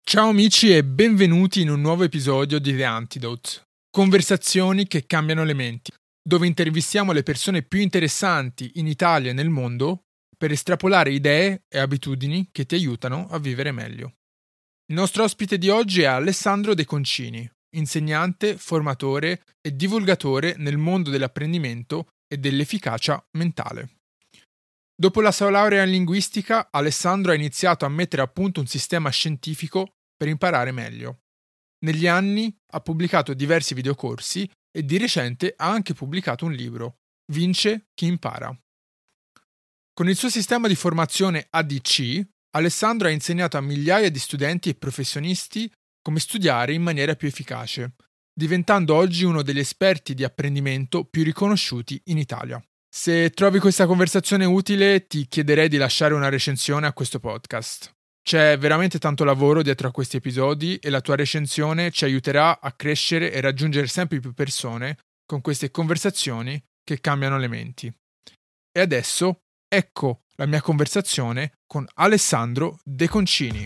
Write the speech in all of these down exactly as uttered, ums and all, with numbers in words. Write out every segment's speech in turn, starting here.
Ciao amici e benvenuti in un nuovo episodio di The Antidote, conversazioni che cambiano le menti, dove intervistiamo le persone più interessanti in Italia e nel mondo per estrapolare idee e abitudini che ti aiutano a vivere meglio. Il nostro ospite di oggi è Alessandro De Concini, insegnante, formatore e divulgatore nel mondo dell'apprendimento e dell'efficacia mentale. Dopo la sua laurea in linguistica, Alessandro ha iniziato a mettere a punto un sistema scientifico per imparare meglio. Negli anni ha pubblicato diversi videocorsi e di recente ha anche pubblicato un libro, Vince chi impara. Con il suo sistema di formazione A D C, Alessandro ha insegnato a migliaia di studenti e professionisti come studiare in maniera più efficace, diventando oggi uno degli esperti di apprendimento più riconosciuti in Italia. Se trovi questa conversazione utile, ti chiederei di lasciare una recensione a questo podcast. C'è veramente tanto lavoro dietro a questi episodi e la tua recensione ci aiuterà a crescere e raggiungere sempre più persone con queste conversazioni che cambiano le menti. E adesso, ecco la mia conversazione con Alessandro De Concini.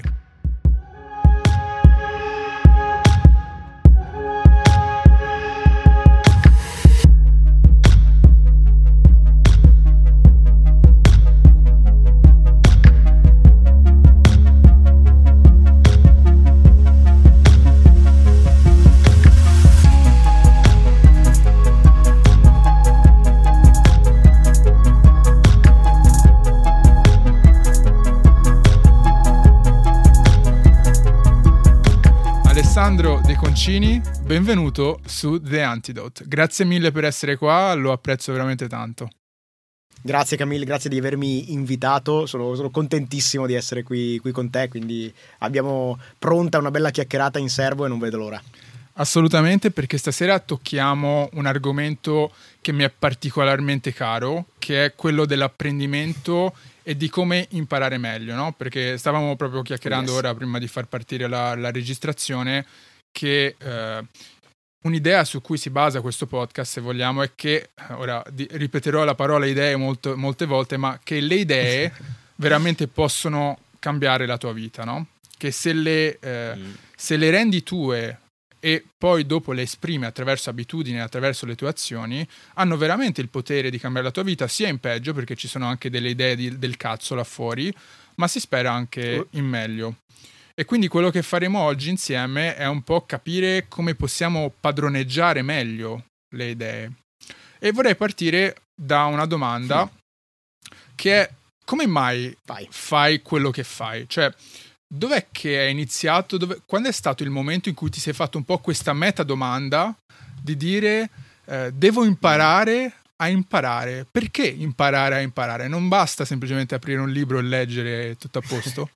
Alessandro De Concini, benvenuto su The Antidote. Grazie mille per essere qua, lo apprezzo veramente tanto. Grazie Camille, grazie di avermi invitato, sono, sono contentissimo di essere qui, qui con te, quindi abbiamo pronta una bella chiacchierata in serbo e non vedo l'ora. Assolutamente, perché stasera tocchiamo un argomento che mi è particolarmente caro, che è quello dell'apprendimento e di come imparare meglio, no? Perché stavamo proprio chiacchierando yes. ora prima di far partire la, la registrazione che eh, un'idea su cui si basa questo podcast, se vogliamo, è che, ora di, ripeterò la parola idee molto, molte volte, ma che le idee veramente possono cambiare la tua vita, no? Che se le, eh, mm. se le rendi tue e poi dopo le esprimi attraverso abitudini, attraverso le tue azioni, hanno veramente il potere di cambiare la tua vita, sia in peggio, perché ci sono anche delle idee di, del cazzo là fuori, ma si spera anche in meglio. E quindi quello che faremo oggi insieme è un po' capire come possiamo padroneggiare meglio le idee. E vorrei partire da una domanda mm. che è: come mai Vai. fai quello che fai? Cioè, dov'è che è iniziato? Dove, quando è stato il momento in cui ti sei fatto un po' questa meta domanda di dire eh, devo imparare a imparare? Perché imparare a imparare? Non basta semplicemente aprire un libro e leggere tutto a posto?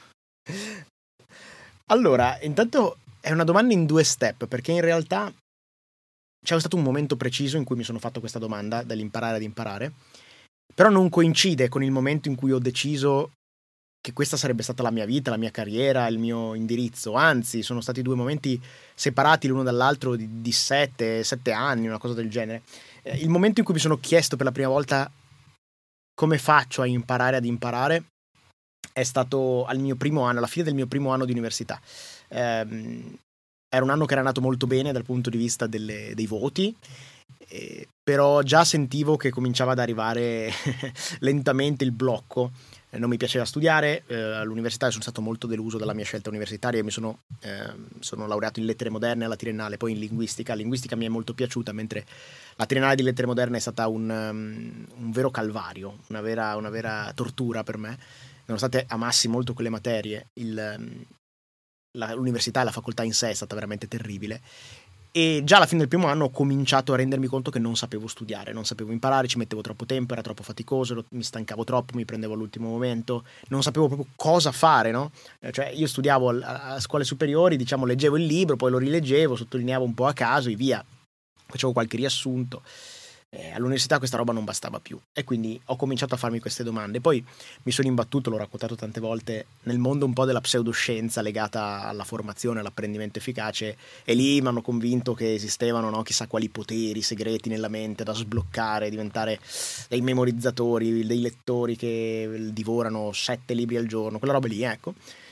Allora, intanto è una domanda in due step, perché in realtà c'è stato un momento preciso in cui mi sono fatto questa domanda dell'imparare ad imparare, però non coincide con il momento in cui ho deciso che questa sarebbe stata la mia vita, la mia carriera, il mio indirizzo. Anzi, sono stati due momenti separati l'uno dall'altro di, di sette, sette anni, una cosa del genere. Eh, il momento in cui mi sono chiesto per la prima volta come faccio a imparare ad imparare è stato al mio primo anno, alla fine del mio primo anno di università. Eh, era un anno che era andato molto bene dal punto di vista delle, dei voti, eh, però già sentivo che cominciava ad arrivare lentamente il blocco. Non mi piaceva studiare, eh, all'università sono stato molto deluso dalla mia scelta universitaria. Mi sono, eh, sono laureato in lettere moderne alla triennale, poi in linguistica. La linguistica mi è molto piaciuta, mentre la triennale di lettere moderne è stata un, um, un vero calvario, una vera, una vera tortura per me. Nonostante amassi molto quelle materie, il, um, la, l'università e la facoltà in sé è stata veramente terribile. E già alla fine del primo anno ho cominciato a rendermi conto che non sapevo studiare, non sapevo imparare, ci mettevo troppo tempo, era troppo faticoso, mi stancavo troppo, mi prendevo all'ultimo momento, non sapevo proprio cosa fare, no? Cioè io studiavo a, a scuole superiori, diciamo, leggevo il libro, poi lo rileggevo, sottolineavo un po' a caso e via, facevo qualche riassunto. Eh, all'università questa roba non bastava più e quindi ho cominciato a farmi queste domande. Poi mi sono imbattuto, l'ho raccontato tante volte, nel mondo un po' della pseudoscienza legata alla formazione, all'apprendimento efficace, e lì mi hanno convinto che esistevano, no, chissà quali poteri segreti nella mente da sbloccare, diventare dei memorizzatori, dei lettori che divorano sette libri al giorno, quella roba lì, ecco.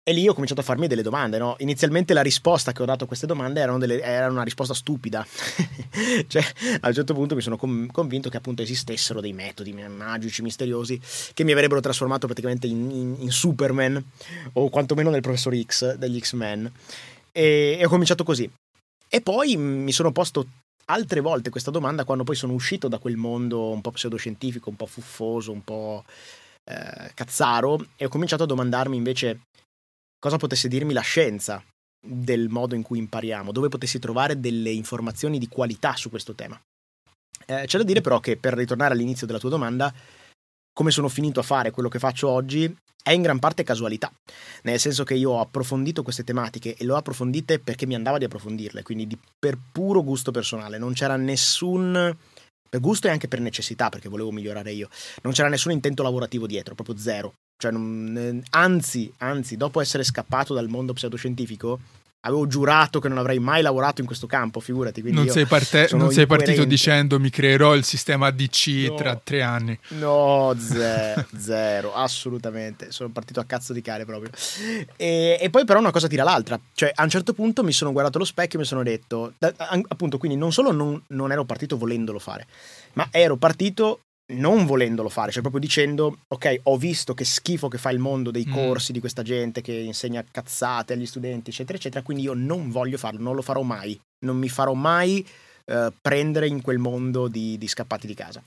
E lì ho cominciato a farmi delle domande, no? Inizialmente la risposta che ho dato a queste domande erano delle, era una risposta stupida. Cioè, a un certo punto mi sono com- convinto che appunto esistessero dei metodi magici, misteriosi, che mi avrebbero trasformato praticamente in, in, in Superman, o quantomeno nel Professor X degli X-Men. E, e ho cominciato così. E poi mi sono posto altre volte questa domanda quando poi sono uscito da quel mondo un po' pseudoscientifico, un po' fuffoso, un po' eh, cazzaro, e ho cominciato a domandarmi invece cosa potesse dirmi la scienza del modo in cui impariamo, dove potessi trovare delle informazioni di qualità su questo tema. Eh, c'è da dire però che, per ritornare all'inizio della tua domanda, come sono finito a fare quello che faccio oggi è in gran parte casualità, nel senso che io ho approfondito queste tematiche e le ho approfondite perché mi andava di approfondirle, quindi di, per puro gusto personale, non c'era nessun... per gusto e anche per necessità, perché volevo migliorare io, non c'era nessun intento lavorativo dietro, proprio zero. Cioè, non, anzi, anzi, dopo essere scappato dal mondo pseudoscientifico, avevo giurato che non avrei mai lavorato in questo campo, figurati. Quindi non io sei, parte- sono non sei partito incoerente. dicendo mi creerò il sistema A D C No. tra tre anni. No, ze- zero, assolutamente. Sono partito a cazzo di cane proprio. E, e poi però una cosa tira l'altra. Cioè, a un certo punto mi sono guardato allo specchio e mi sono detto, da- appunto, quindi non solo non, non ero partito volendolo fare, ma ero partito non volendolo fare, cioè proprio dicendo, ok, ho visto che schifo che fa il mondo dei corsi mm. di questa gente che insegna cazzate agli studenti, eccetera, eccetera, quindi io non voglio farlo, non lo farò mai, non mi farò mai eh, prendere in quel mondo di, di scappati di casa.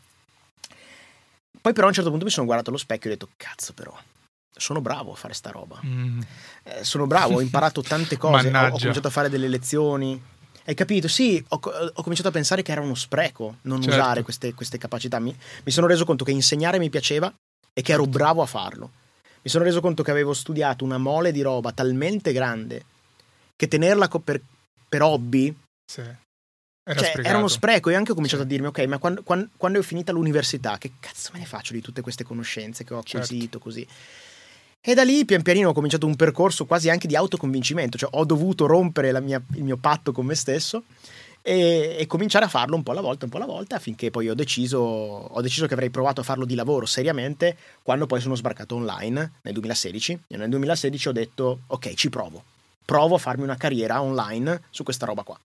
Poi però a un certo punto mi sono guardato allo specchio e ho detto, cazzo però, sono bravo a fare sta roba, mm. eh, sono bravo, ho imparato tante cose, ho, ho cominciato a fare delle lezioni. Hai capito? Sì, ho, ho cominciato a pensare che era uno spreco non certo. usare queste, queste capacità. Mi, mi sono reso conto che insegnare mi piaceva e che certo. ero bravo a farlo. Mi sono reso conto che avevo studiato una mole di roba talmente grande che tenerla co- per, per hobby sì. era, cioè, era uno spreco. E anche ho cominciato sì. a dirmi, ok, ma quando, quando, quando ho finito l'università, che cazzo me ne faccio di tutte queste conoscenze che ho acquisito certo. così? E da lì pian pianino ho cominciato un percorso quasi anche di autoconvincimento, cioè ho dovuto rompere la mia, il mio patto con me stesso e, e cominciare a farlo un po' alla volta, un po' alla volta, finché poi ho deciso, ho deciso che avrei provato a farlo di lavoro seriamente quando poi sono sbarcato online nel duemilasedici. E nel duemilasedici ho detto, ok, ci provo, provo a farmi una carriera online su questa roba qua.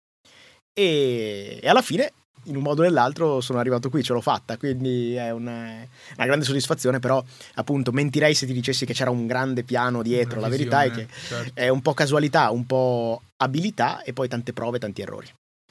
E, e alla fine, in un modo o nell'altro, sono arrivato qui, ce l'ho fatta, quindi è una, una grande soddisfazione. Però appunto mentirei se ti dicessi che c'era un grande piano dietro. Una la visione, verità è che certo. è un po' casualità, un po' abilità e poi tante prove, tanti errori.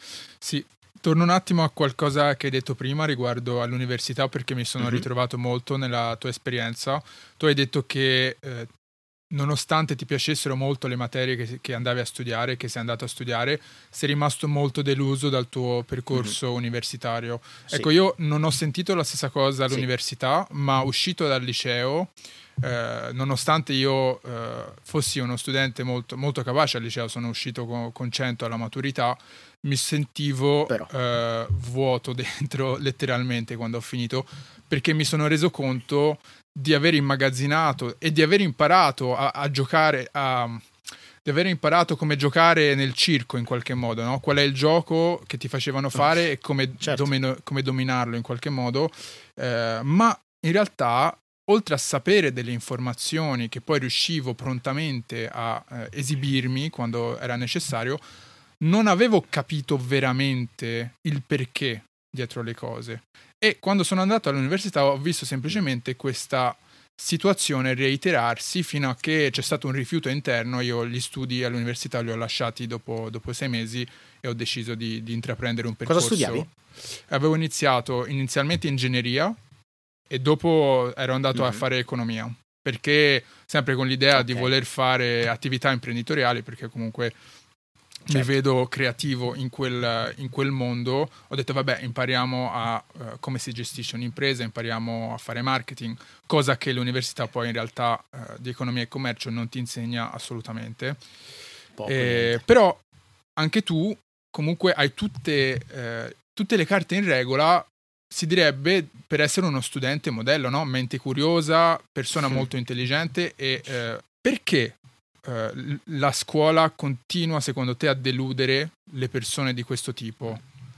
Sì, torno un attimo a qualcosa che hai detto prima riguardo all'università, perché mi sono mm-hmm. ritrovato molto nella tua esperienza. Tu hai detto che eh, nonostante ti piacessero molto le materie che, che andavi a studiare, che sei andato a studiare, sei rimasto molto deluso dal tuo percorso mm-hmm. universitario. Sì. Ecco, io non ho sentito la stessa cosa all'università, sì. ma uscito dal liceo, eh, nonostante io eh, fossi uno studente molto, molto capace al liceo, sono uscito con, con cento alla maturità, mi sentivo eh, vuoto dentro letteralmente quando ho finito, perché mi sono reso conto di aver immagazzinato e di aver imparato a, a giocare, a, di aver imparato come giocare nel circo in qualche modo, no? Qual è il gioco che ti facevano fare e come, certo. domino, come dominarlo in qualche modo, eh, ma in realtà oltre a sapere delle informazioni che poi riuscivo prontamente a eh, esibirmi quando era necessario, non avevo capito veramente il perché dietro le cose. E quando sono andato all'università ho visto semplicemente questa situazione reiterarsi fino a che c'è stato un rifiuto interno. Io gli studi all'università li ho lasciati dopo, dopo sei mesi e ho deciso di, di intraprendere un percorso. Cosa studiavi? Avevo iniziato inizialmente ingegneria e dopo ero andato mm-hmm. a fare economia, perché sempre con l'idea okay. di voler fare attività imprenditoriali, perché comunque certo. mi vedo creativo in quel, in quel mondo. Ho detto vabbè, impariamo a uh, come si gestisce un'impresa, impariamo a fare marketing, cosa che l'università poi in realtà uh, di economia e commercio non ti insegna assolutamente. Poco, eh, però anche tu comunque hai tutte, eh, tutte le carte in regola, si direbbe, per essere uno studente modello, no? Mente curiosa, persona molto intelligente. E eh, perché Uh, la scuola continua secondo te a deludere le persone di questo tipo?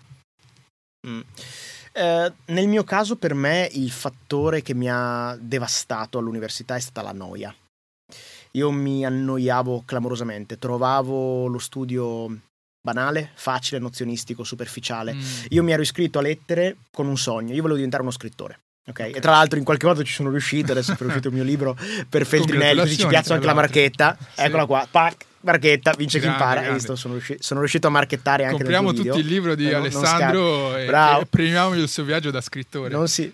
Mm. Eh, nel mio caso, per me il fattore che mi ha devastato all'università è stata la noia. io mi annoiavo clamorosamente, trovavo lo studio banale, facile, nozionistico, superficiale. Mm. Io mi ero iscritto a lettere con un sogno, io volevo diventare uno scrittore. Okay? Okay. E tra l'altro in qualche modo ci sono riuscito, adesso è uscito il mio libro per Feltrinelli, così ci piazzo anche la marchetta, sì. Eccola qua, pac, marchetta, vince grande, chi impara, grande. Hai visto, sono riuscito, sono riuscito a marchettare anche compriamo nel tuo tutti video. il libro di eh, Alessandro e, e premiamogli il suo viaggio da scrittore. Non si,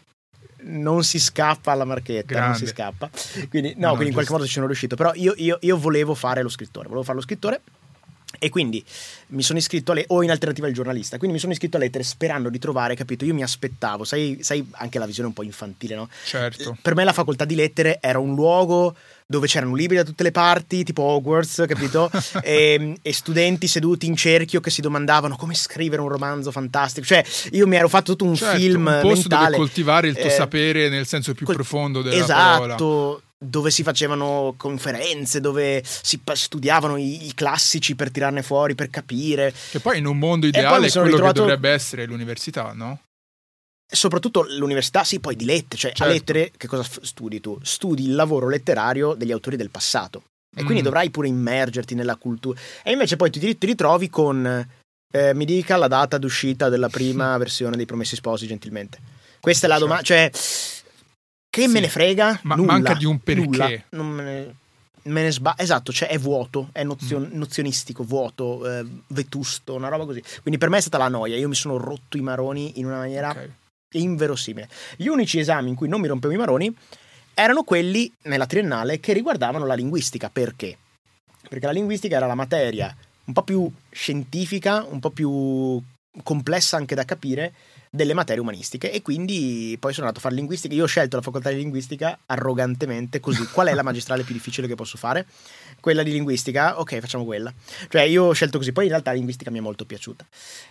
non si scappa alla marchetta, grande. Non si scappa, quindi no, no, no quindi in qualche modo ci sono riuscito, però io, io, io volevo fare lo scrittore, volevo fare lo scrittore. E quindi mi sono iscritto a le- o in alternativa il giornalista, quindi mi sono iscritto a lettere sperando di trovare, capito? Io mi aspettavo, sai, sai anche la visione un po' infantile, no? Certo. Per me la facoltà di lettere era un luogo dove c'erano libri da tutte le parti, tipo Hogwarts, capito? e, e studenti seduti in cerchio che si domandavano come scrivere un romanzo fantastico. Cioè, io mi ero fatto tutto un certo, film un posto mentale, dove coltivare il tuo eh, sapere nel senso più col- profondo della esatto, parola. Dove si facevano conferenze, dove si studiavano i, i classici per tirarne fuori, per capire. Che poi in un mondo ideale è quello ritrovato... che dovrebbe essere l'università, no? Soprattutto l'università, sì, poi di lettere. Cioè, certo. A lettere che cosa studi tu? Studi il lavoro letterario degli autori del passato. E mm. quindi dovrai pure immergerti nella cultura. E invece poi ti, ti ritrovi con... Eh, mi dica la data d'uscita della prima versione dei Promessi Sposi, gentilmente. Questa è la domanda, certo. Cioè... Che sì. Me ne frega? Ma nulla, manca di un perché. Nulla. Non me ne, me ne sba- esatto, cioè è vuoto, è nozion- mm. nozionistico, vuoto, eh, vetusto, una roba così. Quindi per me è stata la noia. Io mi sono rotto i maroni in una maniera okay. inverosimile. Gli unici esami in cui non mi rompevo i maroni erano quelli nella triennale che riguardavano la linguistica. Perché? Perché la linguistica era la materia un po' più scientifica, un po' più complessa anche da capire delle materie umanistiche, e quindi poi sono andato a fare linguistica. Io ho scelto la facoltà di linguistica arrogantemente così. Qual è la magistrale più difficile che posso fare? Quella di linguistica? Ok, facciamo quella. Cioè io ho scelto così. Poi in realtà la linguistica mi è molto piaciuta.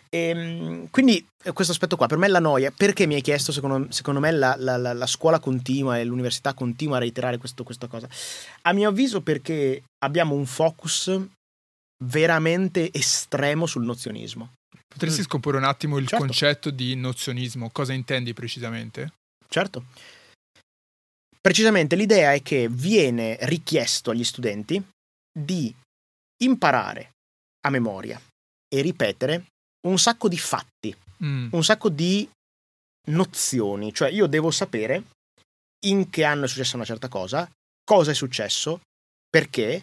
E, quindi questo aspetto qua per me è la noia. Perché mi hai chiesto, secondo, secondo me la, la, la, la scuola continua e l'università continua a reiterare questo, questa cosa? A mio avviso perché abbiamo un focus veramente estremo sul nozionismo. Potresti scomporre un attimo il certo. concetto di nozionismo? Cosa intendi precisamente? Certo. Precisamente l'idea è che viene richiesto agli studenti di imparare a memoria e ripetere un sacco di fatti, mm. un sacco di nozioni. Cioè io devo sapere in che anno è successa una certa cosa, cosa è successo, perché,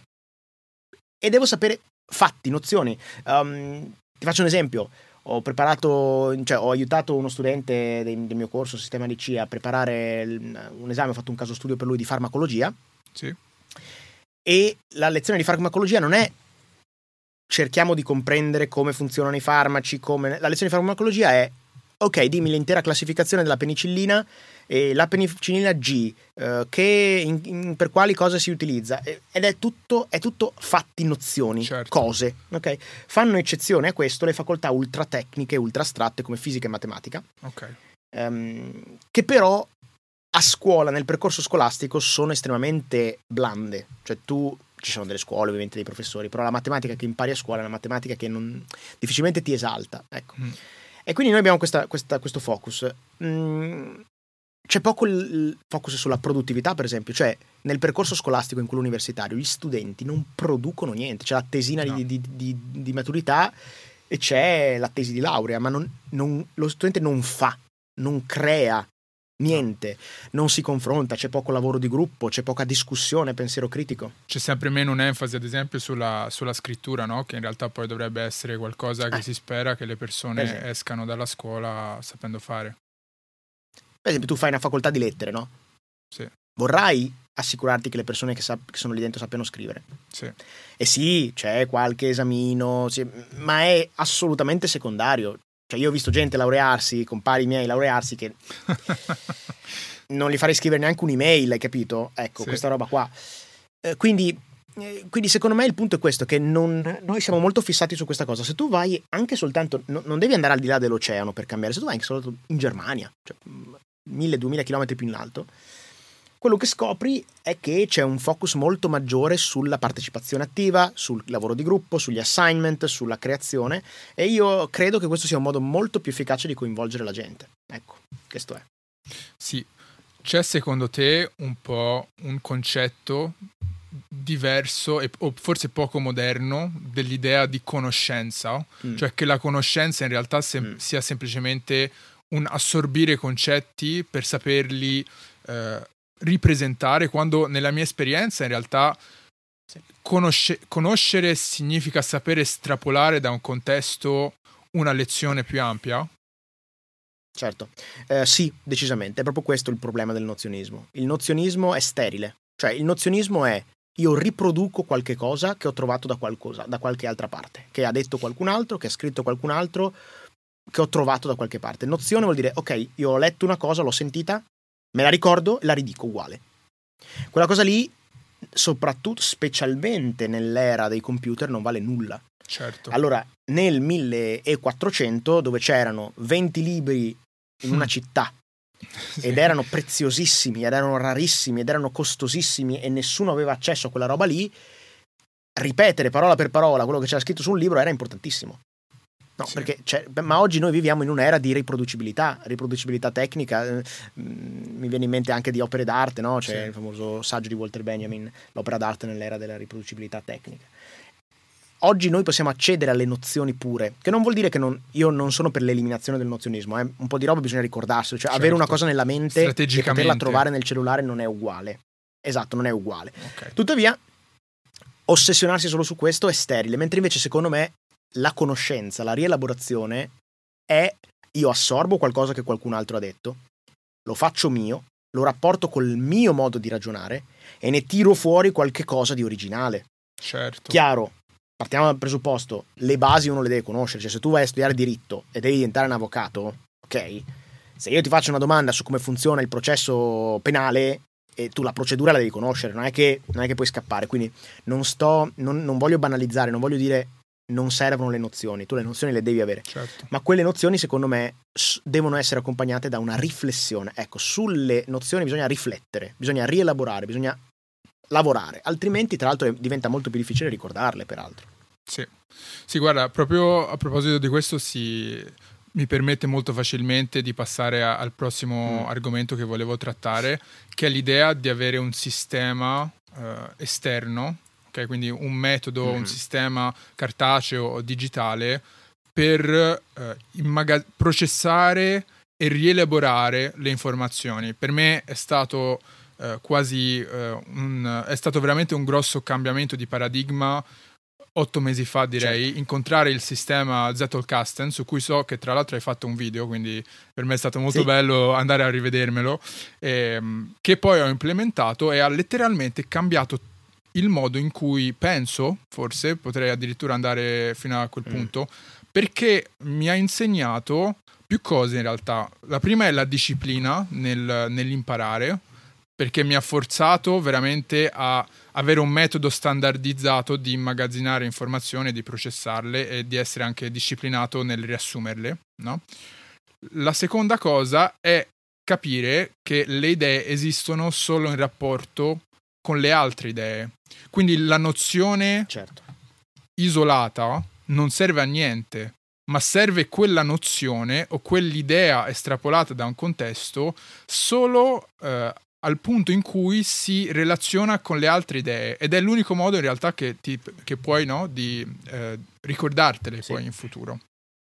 e devo sapere fatti, nozioni. Um, Ti faccio un esempio. Ho preparato, cioè ho aiutato uno studente del, del mio corso Sistema D C a preparare un esame, ho fatto un caso studio per lui di farmacologia. Sì. E la lezione di farmacologia non è cerchiamo di comprendere come funzionano i farmaci, come... La lezione di farmacologia è ok, dimmi l'intera classificazione della penicillina e la penicillina G, eh, che in, in, per quali cose si utilizza, ed è tutto, è tutto fatti, nozioni, certo. cose, ok? Fanno eccezione a questo le facoltà ultra tecniche, ultra astratte come fisica e matematica, okay. ehm, che però a scuola, nel percorso scolastico, sono estremamente blande. Cioè tu, ci sono delle scuole ovviamente, dei professori, però la matematica che impari a scuola è una matematica che non difficilmente ti esalta, ecco. Mm. E quindi noi abbiamo questa, questa, questo focus. Mm, c'è poco il focus sulla produttività, per esempio. Cioè, nel percorso scolastico, in quello universitario, gli studenti non producono niente. C'è la tesina no. di, di, di, di maturità e c'è la tesi di laurea, ma non, non, lo studente non fa, non crea niente, no. non si confronta, c'è poco lavoro di gruppo, c'è poca discussione, pensiero critico. C'è sempre meno un'enfasi, ad esempio, sulla, sulla scrittura, no? Che in realtà poi dovrebbe essere qualcosa che eh. si spera che le persone escano dalla scuola sapendo fare. Per esempio, tu fai una facoltà di lettere, no? Sì. Vorrai assicurarti che le persone che, sap- che sono lì dentro sappiano scrivere. Sì. E sì, c'è qualche esamino, sì, ma è assolutamente secondario. Cioè io ho visto gente laurearsi, compari miei laurearsi, che non li farei scrivere neanche un'email, hai capito? Ecco, sì. Questa roba qua. Eh, quindi, eh, quindi secondo me il punto è questo, che non, noi siamo molto fissati su questa cosa. Se tu vai anche soltanto, no, non devi andare al di là dell'oceano per cambiare, se tu vai anche soltanto in Germania, cioè mille duemila chilometri più in alto, quello che scopri è che c'è un focus molto maggiore sulla partecipazione attiva, sul lavoro di gruppo, sugli assignment, sulla creazione, e io credo che questo sia un modo molto più efficace di coinvolgere la gente. Ecco, questo è. Sì, c'è secondo te un po' un concetto diverso e, o forse poco moderno dell'idea di conoscenza, mm. cioè che la conoscenza in realtà se- mm. sia semplicemente un assorbire concetti per saperli eh, ripresentare, quando nella mia esperienza in realtà conosce- conoscere significa sapere estrapolare da un contesto una lezione più ampia. Certo, eh, sì, decisamente, è proprio questo il problema del nozionismo. Il nozionismo è sterile, cioè il nozionismo è io riproduco qualche cosa che ho trovato da qualcosa, da qualche altra parte, che ha detto qualcun altro, che ha scritto qualcun altro, che ho trovato da qualche parte. Nozione vuol dire, ok, io ho letto una cosa, l'ho sentita, me la ricordo e la ridico uguale. Quella cosa lì, soprattutto, specialmente nell'era dei computer, non vale nulla. Certo. Allora, nel millequattrocento, dove c'erano venti libri in una città, sì. ed erano preziosissimi, ed erano rarissimi, ed erano costosissimi, e nessuno aveva accesso a quella roba lì, ripetere parola per parola quello che c'era scritto sul libro era importantissimo. No, sì. perché c'è, ma oggi noi viviamo in un'era di riproducibilità, riproducibilità tecnica, eh, mi viene in mente anche di opere d'arte, no? C'è sì. il famoso saggio di Walter Benjamin, l'opera d'arte nell'era della riproducibilità tecnica. Oggi noi possiamo accedere alle nozioni pure, che non vuol dire che non, io non sono per l'eliminazione del nozionismo, eh. un po' di roba bisogna ricordarselo, cioè certo. avere una cosa nella mente e poterla trovare nel cellulare non è uguale. Esatto, non è uguale. Okay. Tuttavia, ossessionarsi solo su questo è sterile, mentre invece secondo me la conoscenza, la rielaborazione è io assorbo qualcosa che qualcun altro ha detto, lo faccio mio, lo rapporto col mio modo di ragionare e ne tiro fuori qualche cosa di originale. Certo. Chiaro, partiamo dal presupposto, le basi uno le deve conoscere, cioè se tu vai a studiare diritto e devi diventare un avvocato, ok? Se io ti faccio una domanda su come funziona il processo penale, e tu la procedura la devi conoscere, non è che, non è che puoi scappare, quindi non sto, non, non voglio banalizzare, non voglio dire non servono le nozioni, tu le nozioni le devi avere, certo. ma quelle nozioni secondo me devono essere accompagnate da una riflessione. Ecco, sulle nozioni bisogna riflettere, bisogna rielaborare, bisogna lavorare, altrimenti tra l'altro diventa molto più difficile ricordarle, peraltro. Sì, sì, guarda, proprio a proposito di questo si, mi permette molto facilmente di passare a, al prossimo mm. argomento che volevo trattare, che è l'idea di avere un sistema uh, esterno, okay? Quindi un metodo, mm-hmm. un sistema cartaceo o digitale per uh, immaga- processare e rielaborare le informazioni. Per me è stato uh, quasi uh, un, è stato veramente un grosso cambiamento di paradigma otto mesi fa, direi, certo. incontrare il sistema Zettelkasten, su cui so che tra l'altro hai fatto un video, quindi per me è stato molto sì. bello andare a rivedermelo, ehm, che poi ho implementato e ha letteralmente cambiato il modo in cui penso, forse potrei addirittura andare fino a quel mm. punto, perché mi ha insegnato più cose in realtà. La prima è la disciplina nel, nell'imparare, perché mi ha forzato veramente a avere un metodo standardizzato di immagazzinare informazioni, di processarle e di essere anche disciplinato nel riassumerle, no? La seconda cosa è capire che le idee esistono solo in rapporto con le altre idee. Quindi la nozione certo. isolata non serve a niente, ma serve quella nozione o quell'idea estrapolata da un contesto solo eh, al punto in cui si relaziona con le altre idee, ed è l'unico modo in realtà che, ti, che puoi, no, di eh, ricordartele sì. poi in futuro.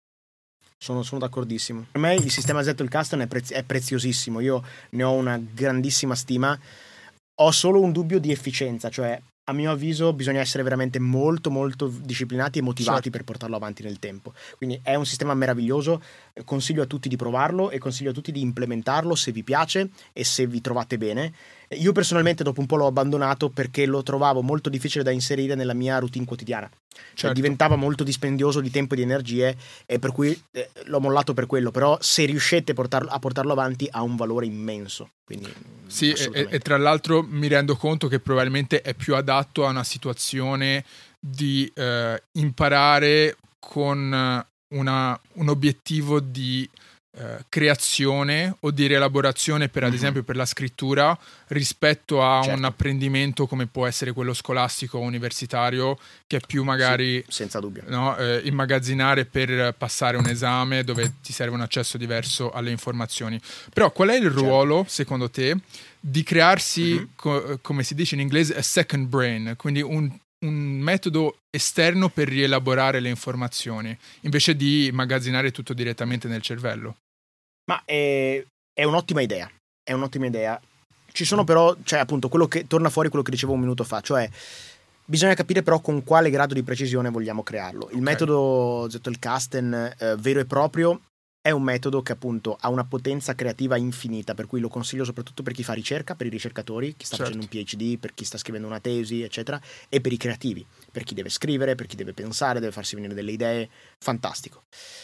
Sono, sono d'accordissimo. Per me il sistema Zettelkasten è, prezi- è preziosissimo, io ne ho una grandissima stima, ho solo un dubbio di efficienza, cioè a mio avviso bisogna essere veramente molto molto disciplinati e motivati certo. per portarlo avanti nel tempo. Quindi è un sistema meraviglioso, consiglio a tutti di provarlo e consiglio a tutti di implementarlo se vi piace e se vi trovate bene. Io personalmente dopo un po' l'ho abbandonato perché lo trovavo molto difficile da inserire nella mia routine quotidiana. Cioè certo. diventava molto dispendioso di tempo e di energie e per cui eh, l'ho mollato per quello, però se riuscite a portarlo, a portarlo avanti ha un valore immenso. Quindi, sì, e, e tra l'altro mi rendo conto che probabilmente è più adatto a una situazione di eh, imparare con una, un obiettivo di eh, creazione o di rielaborazione per, ad Mm-hmm. esempio, per la scrittura rispetto a Certo. un apprendimento come può essere quello scolastico o universitario, che è più magari Sì, senza dubbio. no, eh, immagazzinare per passare un esame dove ti serve un accesso diverso alle informazioni. Però qual è il ruolo, certo. secondo te, di crearsi, mm-hmm. co- come si dice in inglese, a second brain, quindi un, un metodo esterno per rielaborare le informazioni, invece di immagazzinare tutto direttamente nel cervello? Ma è, è un'ottima idea, è un'ottima idea. Ci sono però, cioè appunto, quello che torna fuori quello che dicevo un minuto fa, cioè bisogna capire però con quale grado di precisione vogliamo crearlo. Il okay. metodo Zettelkasten eh, vero e proprio è un metodo che appunto ha una potenza creativa infinita, per cui lo consiglio soprattutto per chi fa ricerca, per i ricercatori, chi sta certo. facendo un P H D, per chi sta scrivendo una tesi, eccetera, e per i creativi, per chi deve scrivere, per chi deve pensare, deve farsi venire delle idee. Fantastico.